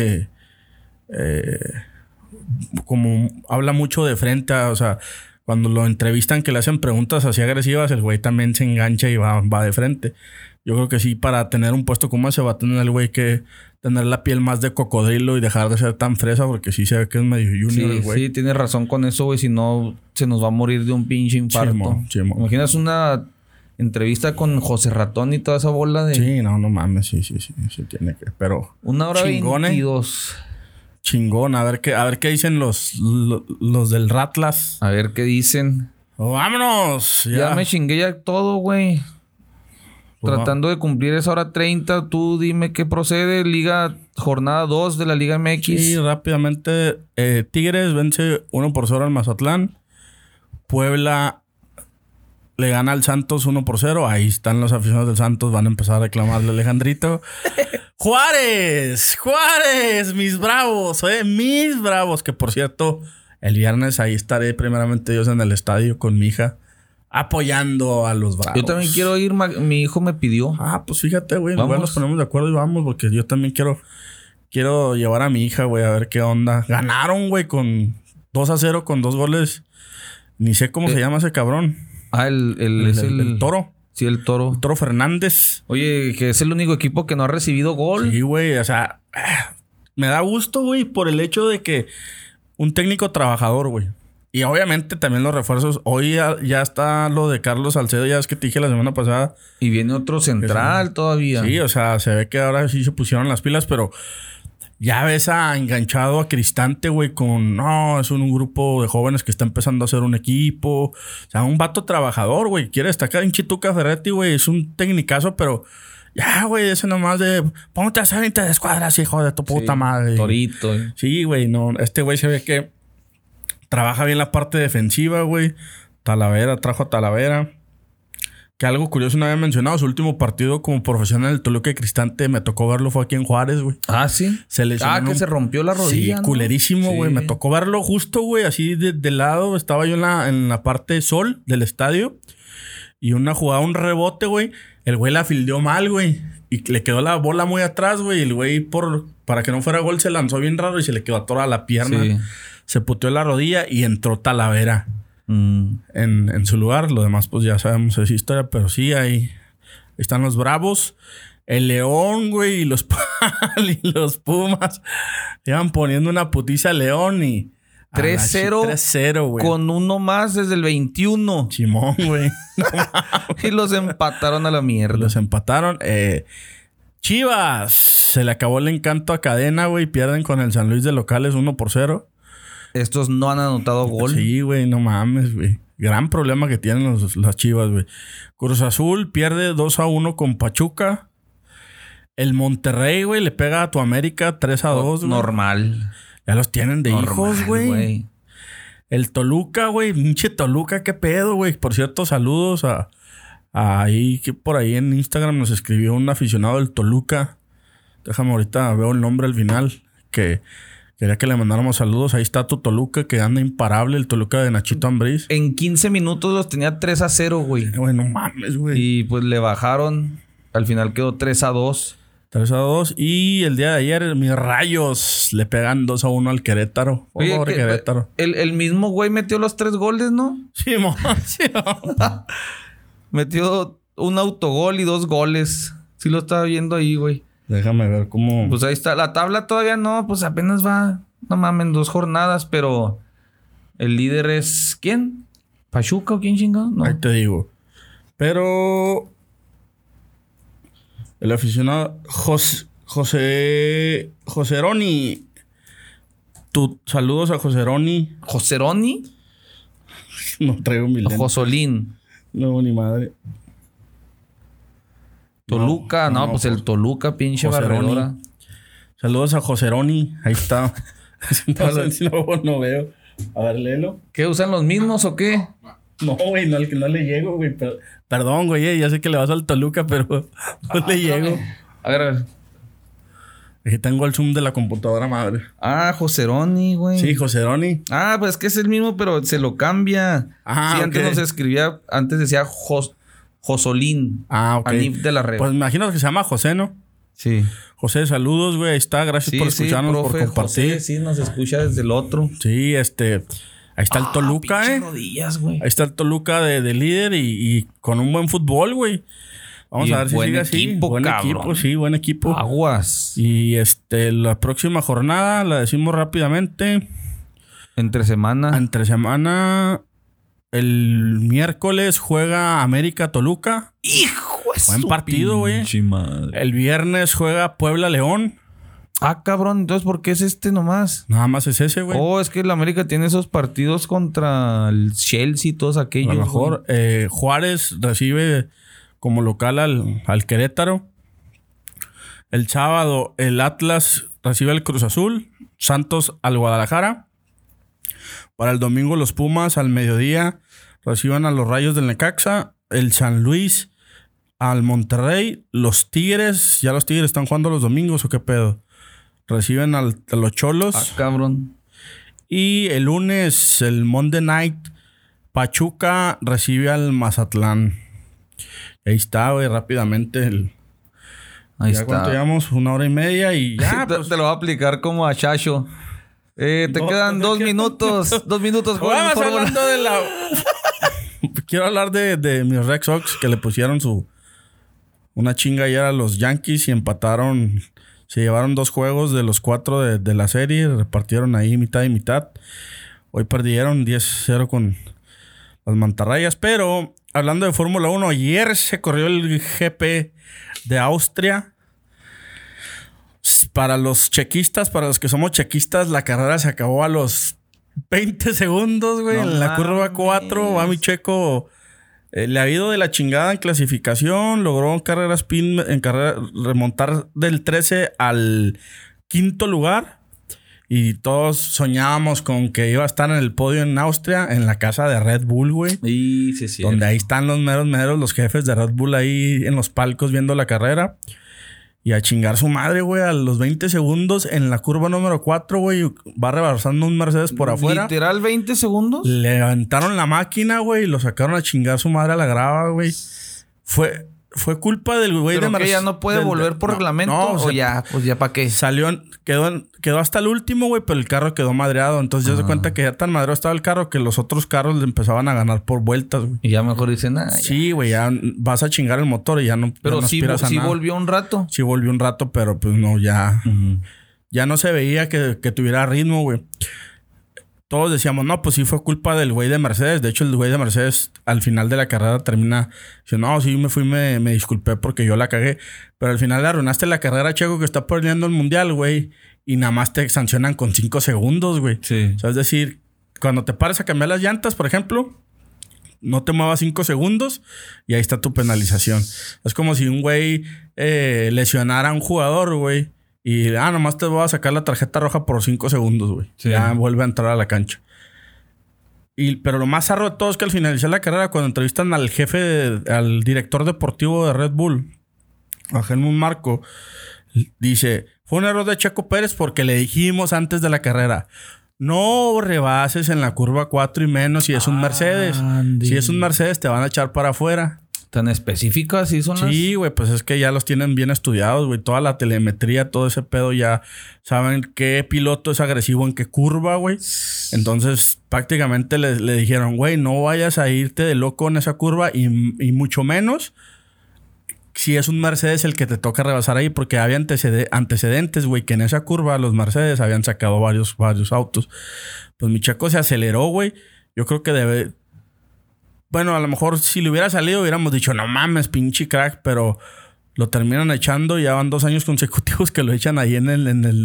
[SPEAKER 2] como habla mucho de frente o sea, cuando lo entrevistan que le hacen preguntas así agresivas, el güey también se engancha y va de frente. Yo creo que sí, para tener un puesto como ese va a tener el güey que tener la piel más de cocodrilo y dejar de ser tan fresa, porque sí se ve que es medio junior el güey.
[SPEAKER 1] Sí, tienes razón con eso, güey. Si no, se nos va a morir de un pinche infarto.
[SPEAKER 2] Chimo.
[SPEAKER 1] ¿Imaginas una entrevista con José Ratón y toda esa bola de...
[SPEAKER 2] Sí, no mames. Sí tiene que... Pero...
[SPEAKER 1] 1:22.
[SPEAKER 2] Chingón. A ver qué dicen los del Ratlas.
[SPEAKER 1] A ver qué dicen.
[SPEAKER 2] ¡Vámonos!
[SPEAKER 1] Ya me chingué ya todo, güey.
[SPEAKER 2] Pues
[SPEAKER 1] tratando de cumplir esa hora 30. Tú dime qué procede. Jornada 2 de la Liga MX.
[SPEAKER 2] Sí, rápidamente. Tigres vence 1-0 al Mazatlán. Puebla... le gana al Santos 1-0. Ahí están los aficionados del Santos. Van a empezar a reclamarle a Alejandrito. ¡Juárez! Mis bravos. Mis bravos. Que por cierto, el viernes ahí estaré primeramente Dios en el estadio con mi hija. Apoyando a los bravos.
[SPEAKER 1] Yo también quiero ir. Mi hijo me pidió.
[SPEAKER 2] Pues fíjate, güey. Igual nos ponemos de acuerdo y vamos. Porque yo también quiero llevar a mi hija, güey. A ver qué onda. Ganaron, güey, con 2-0 con 2 goles. Ni sé cómo se llama ese cabrón.
[SPEAKER 1] El
[SPEAKER 2] Toro.
[SPEAKER 1] Sí, el Toro.
[SPEAKER 2] El Toro Fernández.
[SPEAKER 1] Oye, que es el único equipo que no ha recibido gol.
[SPEAKER 2] Sí, güey. O sea, me da gusto, güey, por el hecho de que un técnico trabajador, güey. Y obviamente también los refuerzos. Hoy ya está lo de Carlos Salcedo. Ya es que te dije la semana pasada.
[SPEAKER 1] Y viene otro central todavía.
[SPEAKER 2] Sí, o sea, se ve que ahora sí se pusieron las pilas, pero... ya ves enganchado a Cristante, güey, es un grupo de jóvenes que está empezando a hacer un equipo. O sea, un vato trabajador, güey. Quiere destacar en Chituca Ferretti, güey. Es un tecnicazo, pero... ya, güey, ese nomás de... ponte a hacer 20 de escuadras, hijo de tu puta madre.
[SPEAKER 1] Torito.
[SPEAKER 2] Sí, güey, no. Este güey se ve que trabaja bien la parte defensiva, güey. Trajo a Talavera. Que algo curioso no había mencionado. Su último partido como profesional del Toluca de Cristante, me tocó verlo, fue aquí en Juárez, güey.
[SPEAKER 1] Ah, ¿sí?
[SPEAKER 2] Se lesionó.
[SPEAKER 1] Que se rompió la rodilla,
[SPEAKER 2] sí,
[SPEAKER 1] ¿no?
[SPEAKER 2] culerísimo, güey. Sí. Me tocó verlo justo, güey, así de lado. Estaba yo en la parte sol del estadio. Y una jugada, un rebote, güey. El güey la fildeó mal, güey. y le quedó la bola muy atrás, güey. Y el güey, para que no fuera gol, se lanzó bien raro y se le quedó toda la pierna.
[SPEAKER 1] Sí.
[SPEAKER 2] Se puteó la rodilla y entró Talavera en su lugar. Lo demás, pues ya sabemos esa historia. Pero sí, ahí están los Bravos. El León, güey, y los Pumas iban poniendo una putiza al León y...
[SPEAKER 1] 3-0.
[SPEAKER 2] 3-0, güey.
[SPEAKER 1] Con uno más desde el 21.
[SPEAKER 2] Chimón, güey.
[SPEAKER 1] Y los empataron a la mierda.
[SPEAKER 2] Los empataron. Chivas. Se le acabó el encanto a Cadena, güey. Pierden con el San Luis de locales 1-0.
[SPEAKER 1] Estos no han anotado gol.
[SPEAKER 2] Sí, güey. No mames, güey. Gran problema que tienen las Chivas, güey. Cruz Azul pierde 2-1 con Pachuca. El Monterrey, güey, le pega a tu América 3-2, güey.
[SPEAKER 1] Normal.
[SPEAKER 2] Ya los tienen de
[SPEAKER 1] Normal,
[SPEAKER 2] hijos, güey. El Toluca, güey. Pinche Toluca, qué pedo, güey. Por cierto, saludos a ahí, que por ahí en Instagram nos escribió un aficionado del Toluca. Déjame ahorita, veo el nombre al final. Que quería que le mandáramos saludos. Ahí está tu Toluca, que anda imparable. El Toluca de Nachito Ambriz.
[SPEAKER 1] En 15 minutos los tenía 3-0, güey.
[SPEAKER 2] Güey, no mames, güey.
[SPEAKER 1] Y pues le bajaron. Al final quedó 3-2.
[SPEAKER 2] 3-2. Y el día de ayer, mis Rayos le pegan 2-1 al Querétaro.
[SPEAKER 1] Oye,
[SPEAKER 2] Pobre Querétaro.
[SPEAKER 1] El mismo güey metió los 3 goles, ¿no?
[SPEAKER 2] Sí,
[SPEAKER 1] Metió un autogol y 2 goles. Sí lo estaba viendo ahí, güey.
[SPEAKER 2] Déjame ver cómo...
[SPEAKER 1] Pues ahí está. La tabla todavía no. Pues apenas va... No mames, 2 jornadas. Pero el líder es... ¿Quién? ¿Pachuca o quién chingado? No.
[SPEAKER 2] Ahí te digo. Pero... El aficionado Joseroni. Saludos a Joseroni.
[SPEAKER 1] ¿Joseroni?
[SPEAKER 2] No traigo mi lente.
[SPEAKER 1] Josolín.
[SPEAKER 2] No, ni madre.
[SPEAKER 1] Toluca. No, pues el Toluca, pinche
[SPEAKER 2] Joseroni.
[SPEAKER 1] barredora.
[SPEAKER 2] Saludos a Joseroni. Ahí está. No veo. A ver, léelo.
[SPEAKER 1] ¿Qué? ¿Usan los mismos o qué?
[SPEAKER 2] No, güey, no le llego, güey. Perdón, güey, ya sé que le vas al Toluca, pero no le llego.
[SPEAKER 1] A ver.
[SPEAKER 2] Aquí tengo el zoom de la computadora madre.
[SPEAKER 1] Ah, Joseroni, güey.
[SPEAKER 2] Sí, Joseroni.
[SPEAKER 1] Ah, pues que es el mismo, pero se lo cambia.
[SPEAKER 2] Ah,
[SPEAKER 1] sí, antes
[SPEAKER 2] ok.
[SPEAKER 1] no se escribía, antes decía Josolín.
[SPEAKER 2] Ah, ok.
[SPEAKER 1] Anif de la Red.
[SPEAKER 2] Pues me imagino que se llama José, ¿no?
[SPEAKER 1] Sí.
[SPEAKER 2] José, saludos, güey. Ahí está. Gracias por escucharnos,
[SPEAKER 1] profe,
[SPEAKER 2] por compartir.
[SPEAKER 1] José, sí, nos escucha desde el otro.
[SPEAKER 2] Sí, ahí está el Toluca,
[SPEAKER 1] pinche rodillas, güey.
[SPEAKER 2] Ahí está el Toluca de líder y con un buen fútbol, güey. Vamos
[SPEAKER 1] Y
[SPEAKER 2] a ver si
[SPEAKER 1] buen
[SPEAKER 2] sigue así.
[SPEAKER 1] equipo,
[SPEAKER 2] Buen
[SPEAKER 1] cabrón.
[SPEAKER 2] equipo, sí, buen equipo.
[SPEAKER 1] Aguas.
[SPEAKER 2] Y la próxima jornada, la decimos rápidamente.
[SPEAKER 1] Entre semana.
[SPEAKER 2] Entre semana, el miércoles juega América Toluca.
[SPEAKER 1] ¡Hijo de
[SPEAKER 2] Buen
[SPEAKER 1] su
[SPEAKER 2] partido, güey.
[SPEAKER 1] pinche madre!
[SPEAKER 2] El viernes juega Puebla León.
[SPEAKER 1] Ah, cabrón. Entonces, ¿por qué es este nomás?
[SPEAKER 2] Nada más es ese, güey.
[SPEAKER 1] Oh, es que el América tiene esos partidos contra el Chelsea y todos
[SPEAKER 2] A
[SPEAKER 1] aquellos.
[SPEAKER 2] lo mejor Juárez recibe como local al Querétaro. El sábado el Atlas recibe al Cruz Azul. Santos al Guadalajara. Para el domingo los Pumas al mediodía reciban a los Rayos del Necaxa. El San Luis al Monterrey. Los Tigres, ya los Tigres están jugando los domingos o qué pedo. Reciben a los Cholos.
[SPEAKER 1] Ah, cabrón.
[SPEAKER 2] Y el lunes, el Monday Night, Pachuca recibe al Mazatlán. Ahí está, güey, rápidamente.
[SPEAKER 1] Ahí
[SPEAKER 2] ya
[SPEAKER 1] está.
[SPEAKER 2] cuánto llevamos, 1 hora y media y ya.
[SPEAKER 1] Te lo voy a aplicar como a Chacho. Te quedan 2 minutos. 2 minutos, joven.
[SPEAKER 2] Vamos
[SPEAKER 1] por favor.
[SPEAKER 2] hablando de la... Quiero hablar de mis Red Sox que le pusieron una chinga ayer a los Yankees y empataron. Se llevaron 2 juegos de los 4 de la serie. Repartieron ahí mitad y mitad. Hoy perdieron 10-0 con las mantarrayas. Pero hablando de Fórmula 1, ayer se corrió el GP de Austria. Para los chequistas, para los que somos chequistas, la carrera se acabó a los 20 segundos, güey.
[SPEAKER 1] No
[SPEAKER 2] En la curva 4 va mi checo. Le ha ido de la chingada en clasificación. Logró en carrera remontar del 13 al 5º lugar. Y todos soñábamos con que iba a estar en el podio en Austria, en la casa de Red Bull, güey.
[SPEAKER 1] Y sí, sí.
[SPEAKER 2] Donde ahí están los meros, los jefes de Red Bull ahí en los palcos viendo la carrera. Y a chingar su madre, güey, a los 20 segundos en la curva número 4, güey. Va rebasando un Mercedes por afuera.
[SPEAKER 1] ¿Literal 20 segundos?
[SPEAKER 2] Levantaron la máquina, güey, y lo sacaron a chingar su madre a la grava, güey. Fue fue culpa del güey de
[SPEAKER 1] ¿Pero que
[SPEAKER 2] Mercedes.
[SPEAKER 1] ya no puede volver por reglamento?
[SPEAKER 2] No,
[SPEAKER 1] ¿O ya? Pues ya para qué.
[SPEAKER 2] Quedó hasta el último, güey, pero el carro quedó madreado. Entonces ya se cuenta que ya tan madreado estaba el carro que los otros carros le empezaban a ganar por vueltas, güey.
[SPEAKER 1] Y ya mejor dicen nada.
[SPEAKER 2] Sí, güey, ya vas a chingar el motor y ya no.
[SPEAKER 1] Pero
[SPEAKER 2] ya no
[SPEAKER 1] sí,
[SPEAKER 2] aspiras a
[SPEAKER 1] sí
[SPEAKER 2] nada.
[SPEAKER 1] volvió un rato.
[SPEAKER 2] Sí volvió un rato, pero pues no, ya. Ya no se veía que tuviera ritmo, güey. Todos decíamos, no, pues sí fue culpa del güey de Mercedes. De hecho, el güey de Mercedes al final de la carrera termina diciendo, no, sí me fui, me disculpé porque yo la cagué. Pero al final le arruinaste la carrera a Checo que está perdiendo el mundial, güey. Y nada más te sancionan con 5 segundos, güey.
[SPEAKER 1] Sí.
[SPEAKER 2] O sea, es decir, cuando te pares a cambiar las llantas, por ejemplo, no te muevas 5 segundos y ahí está tu penalización. Es como si un güey lesionara a un jugador, güey. Y, nomás te voy a sacar la tarjeta roja por 5 segundos, güey.
[SPEAKER 1] Sí.
[SPEAKER 2] Ya vuelve a entrar a la cancha. Pero lo más zarro de todo es que al finalizar la carrera, cuando entrevistan al jefe, al director deportivo de Red Bull, a Helmut Marko, dice, fue un error de Checo Pérez porque le dijimos antes de la carrera, no rebases en la curva 4 y menos si es un Mercedes. Si es un Mercedes te van a echar para afuera.
[SPEAKER 1] ¿Tan específicas así son las?
[SPEAKER 2] Sí, güey, pues es que ya los tienen bien estudiados, güey. Toda la telemetría, todo ese pedo ya saben qué piloto es agresivo en qué curva, güey. Entonces, prácticamente le dijeron, güey, no vayas a irte de loco en esa curva y mucho menos si es un Mercedes el que te toca rebasar ahí, porque había antecedentes, güey, que en esa curva los Mercedes habían sacado varios autos. Pues mi Checo se aceleró, güey. Yo creo que bueno, a lo mejor si le hubiera salido hubiéramos dicho, no mames, pinche crack, pero lo terminan echando. Ya van 2 años consecutivos que lo echan ahí en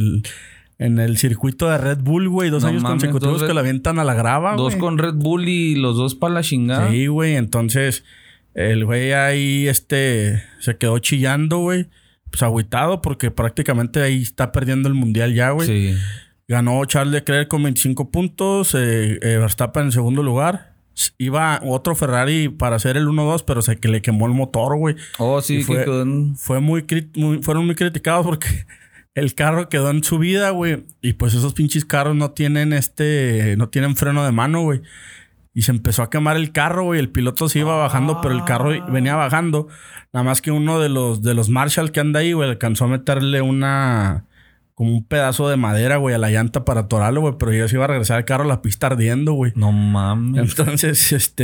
[SPEAKER 2] el circuito de Red Bull, güey. 2 años consecutivos que lo avientan a la grava, güey.
[SPEAKER 1] 2 con Red Bull y los 2 para la chingada.
[SPEAKER 2] Sí, güey. Entonces, el güey ahí se quedó chillando, güey. Pues agüitado porque prácticamente ahí está perdiendo el mundial ya, güey.
[SPEAKER 1] Sí.
[SPEAKER 2] Ganó Charles Leclerc con 25 puntos. Verstappen en segundo lugar. Iba otro Ferrari para hacer el 1-2, pero que le quemó el motor, güey.
[SPEAKER 1] Oh, sí,
[SPEAKER 2] fueron muy criticados porque el carro quedó en subida, güey. Y pues esos pinches carros no tienen freno de mano, güey. Y se empezó a quemar el carro, güey. El piloto se iba bajando, pero el carro venía bajando. Nada más que uno de los Marshall que anda ahí, güey, alcanzó a meterle como un pedazo de madera, güey, a la llanta para atorarlo, güey. Pero ya se iba a regresar el carro a la pista ardiendo, güey.
[SPEAKER 1] No mames.
[SPEAKER 2] Entonces,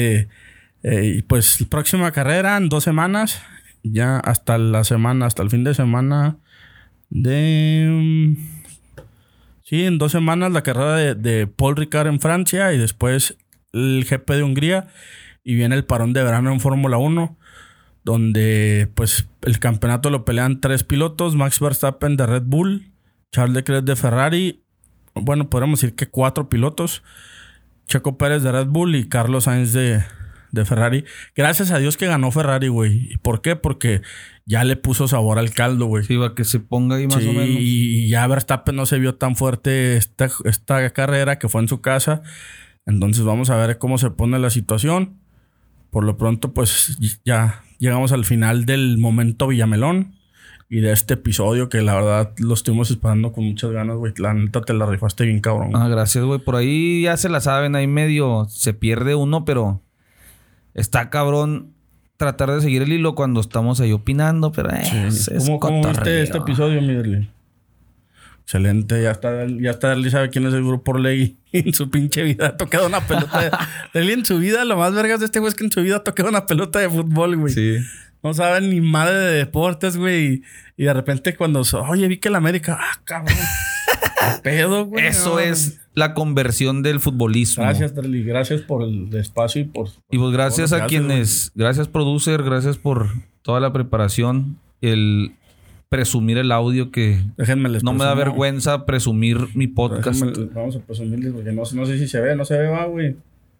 [SPEAKER 2] pues, próxima carrera en 2 semanas. Ya hasta el fin de semana sí, en 2 semanas la carrera de Paul Ricard en Francia y después el GP de Hungría. Y viene el parón de verano en Fórmula 1. Donde, pues, el campeonato lo pelean 3 pilotos. Max Verstappen de Red Bull. Charles Leclerc de Ferrari. Bueno, podríamos decir que 4 pilotos. Checo Pérez de Red Bull y Carlos Sainz de Ferrari. Gracias a Dios que ganó Ferrari, güey. ¿Y por qué? Porque ya le puso sabor al caldo, güey.
[SPEAKER 1] Sí, va que se ponga ahí más o menos.
[SPEAKER 2] Y ya Verstappen no se vio tan fuerte esta carrera que fue en su casa. Entonces vamos a ver cómo se pone la situación. Por lo pronto, pues ya llegamos al final del momento Villamelón. Y de este episodio que la verdad lo estuvimos esperando con muchas ganas, güey. La neta te la rifaste bien, cabrón.
[SPEAKER 1] Gracias, güey. Por ahí ya se la saben. Ahí medio se pierde uno, pero está cabrón tratar de seguir el hilo cuando estamos ahí opinando. Pero
[SPEAKER 2] ¿Cómo viste este episodio, mi Derly? Excelente. Ya está Derly sabe quién es el Grupo Orlegui. En su pinche vida ha tocado una pelota. Derly en su vida, lo más vergas de este güey es que en su vida ha tocado una pelota de fútbol, güey.
[SPEAKER 1] Sí.
[SPEAKER 2] No saben ni madre de deportes, güey. Y de repente cuando... Oye, vi que la América... cabrón. ¿Qué pedo, güey?
[SPEAKER 1] Eso es la conversión del futbolismo.
[SPEAKER 2] Gracias, Derly. Gracias por el espacio y por...
[SPEAKER 1] Y pues gracias a quienes... Güey. Gracias, producer. Gracias por toda la preparación. El presumir el audio que... No me da vergüenza presumir mi podcast.
[SPEAKER 2] Vamos a presumirles porque no sé si se ve. No se ve, va, güey.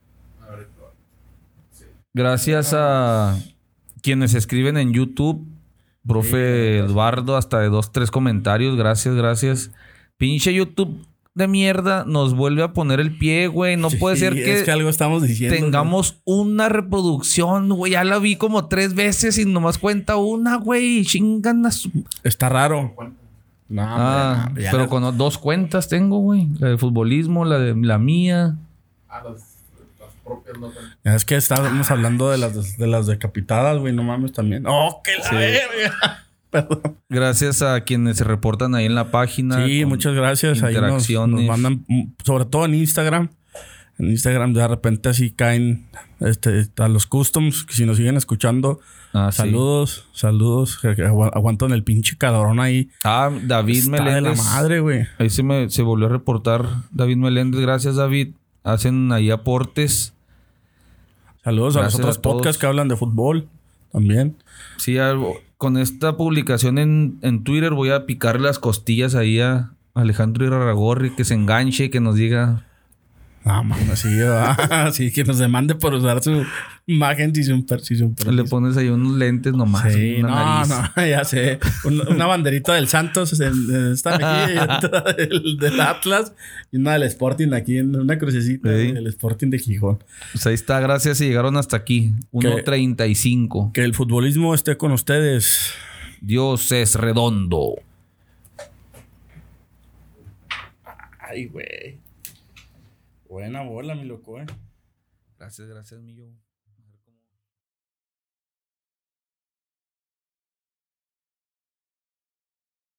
[SPEAKER 1] Gracias a... quienes escriben en YouTube, profe Eduardo, hasta de 2-3 comentarios. Gracias. Pinche YouTube de mierda nos vuelve a poner el pie, güey. No puede ser que...
[SPEAKER 2] Es que algo estamos diciendo.
[SPEAKER 1] Tengamos una reproducción, güey. Ya la vi como 3 veces y nomás cuenta una, güey. Chingan a su...
[SPEAKER 2] Está raro. No,
[SPEAKER 1] pero con 2 cuentas tengo, güey. La de futbolismo, la de la mía.
[SPEAKER 3] Las propias, no tan...
[SPEAKER 2] Es que estábamos hablando de las decapitadas, güey. No mames también. ¡Oh, qué la verga! Perdón.
[SPEAKER 1] Gracias a quienes se reportan ahí en la página.
[SPEAKER 2] Sí, muchas gracias. Ahí nos mandan, sobre todo en Instagram. En Instagram de repente así caen a los customs. Que si nos siguen escuchando, saludos. Que aguantan el pinche cadrón ahí.
[SPEAKER 1] David
[SPEAKER 2] Está
[SPEAKER 1] Meléndez.
[SPEAKER 2] de la madre, güey.
[SPEAKER 1] Ahí se volvió a reportar David Meléndez. Gracias, David. Hacen ahí aportes.
[SPEAKER 2] Saludos a los otros podcasts que hablan de fútbol también.
[SPEAKER 1] Sí, con esta publicación en Twitter voy a picarle las costillas ahí a Alejandro Irarragorri, que se enganche, que nos diga...
[SPEAKER 2] Ah, mano, sí, sí, que nos demande por usar su imagen si son
[SPEAKER 1] Le pones ahí unos lentes nomás.
[SPEAKER 2] Sí,
[SPEAKER 1] una nariz.
[SPEAKER 2] ya sé. Una banderita del Santos en esta aquí, y otra del Atlas y una del Sporting aquí en una crucecita del Sporting de Gijón.
[SPEAKER 1] Pues ahí está, gracias y llegaron hasta aquí. 1:35.
[SPEAKER 2] Que el futbolismo esté con ustedes.
[SPEAKER 1] Dios es redondo.
[SPEAKER 2] Ay, güey. Buena bola, mi loco,
[SPEAKER 1] Gracias, mi yo.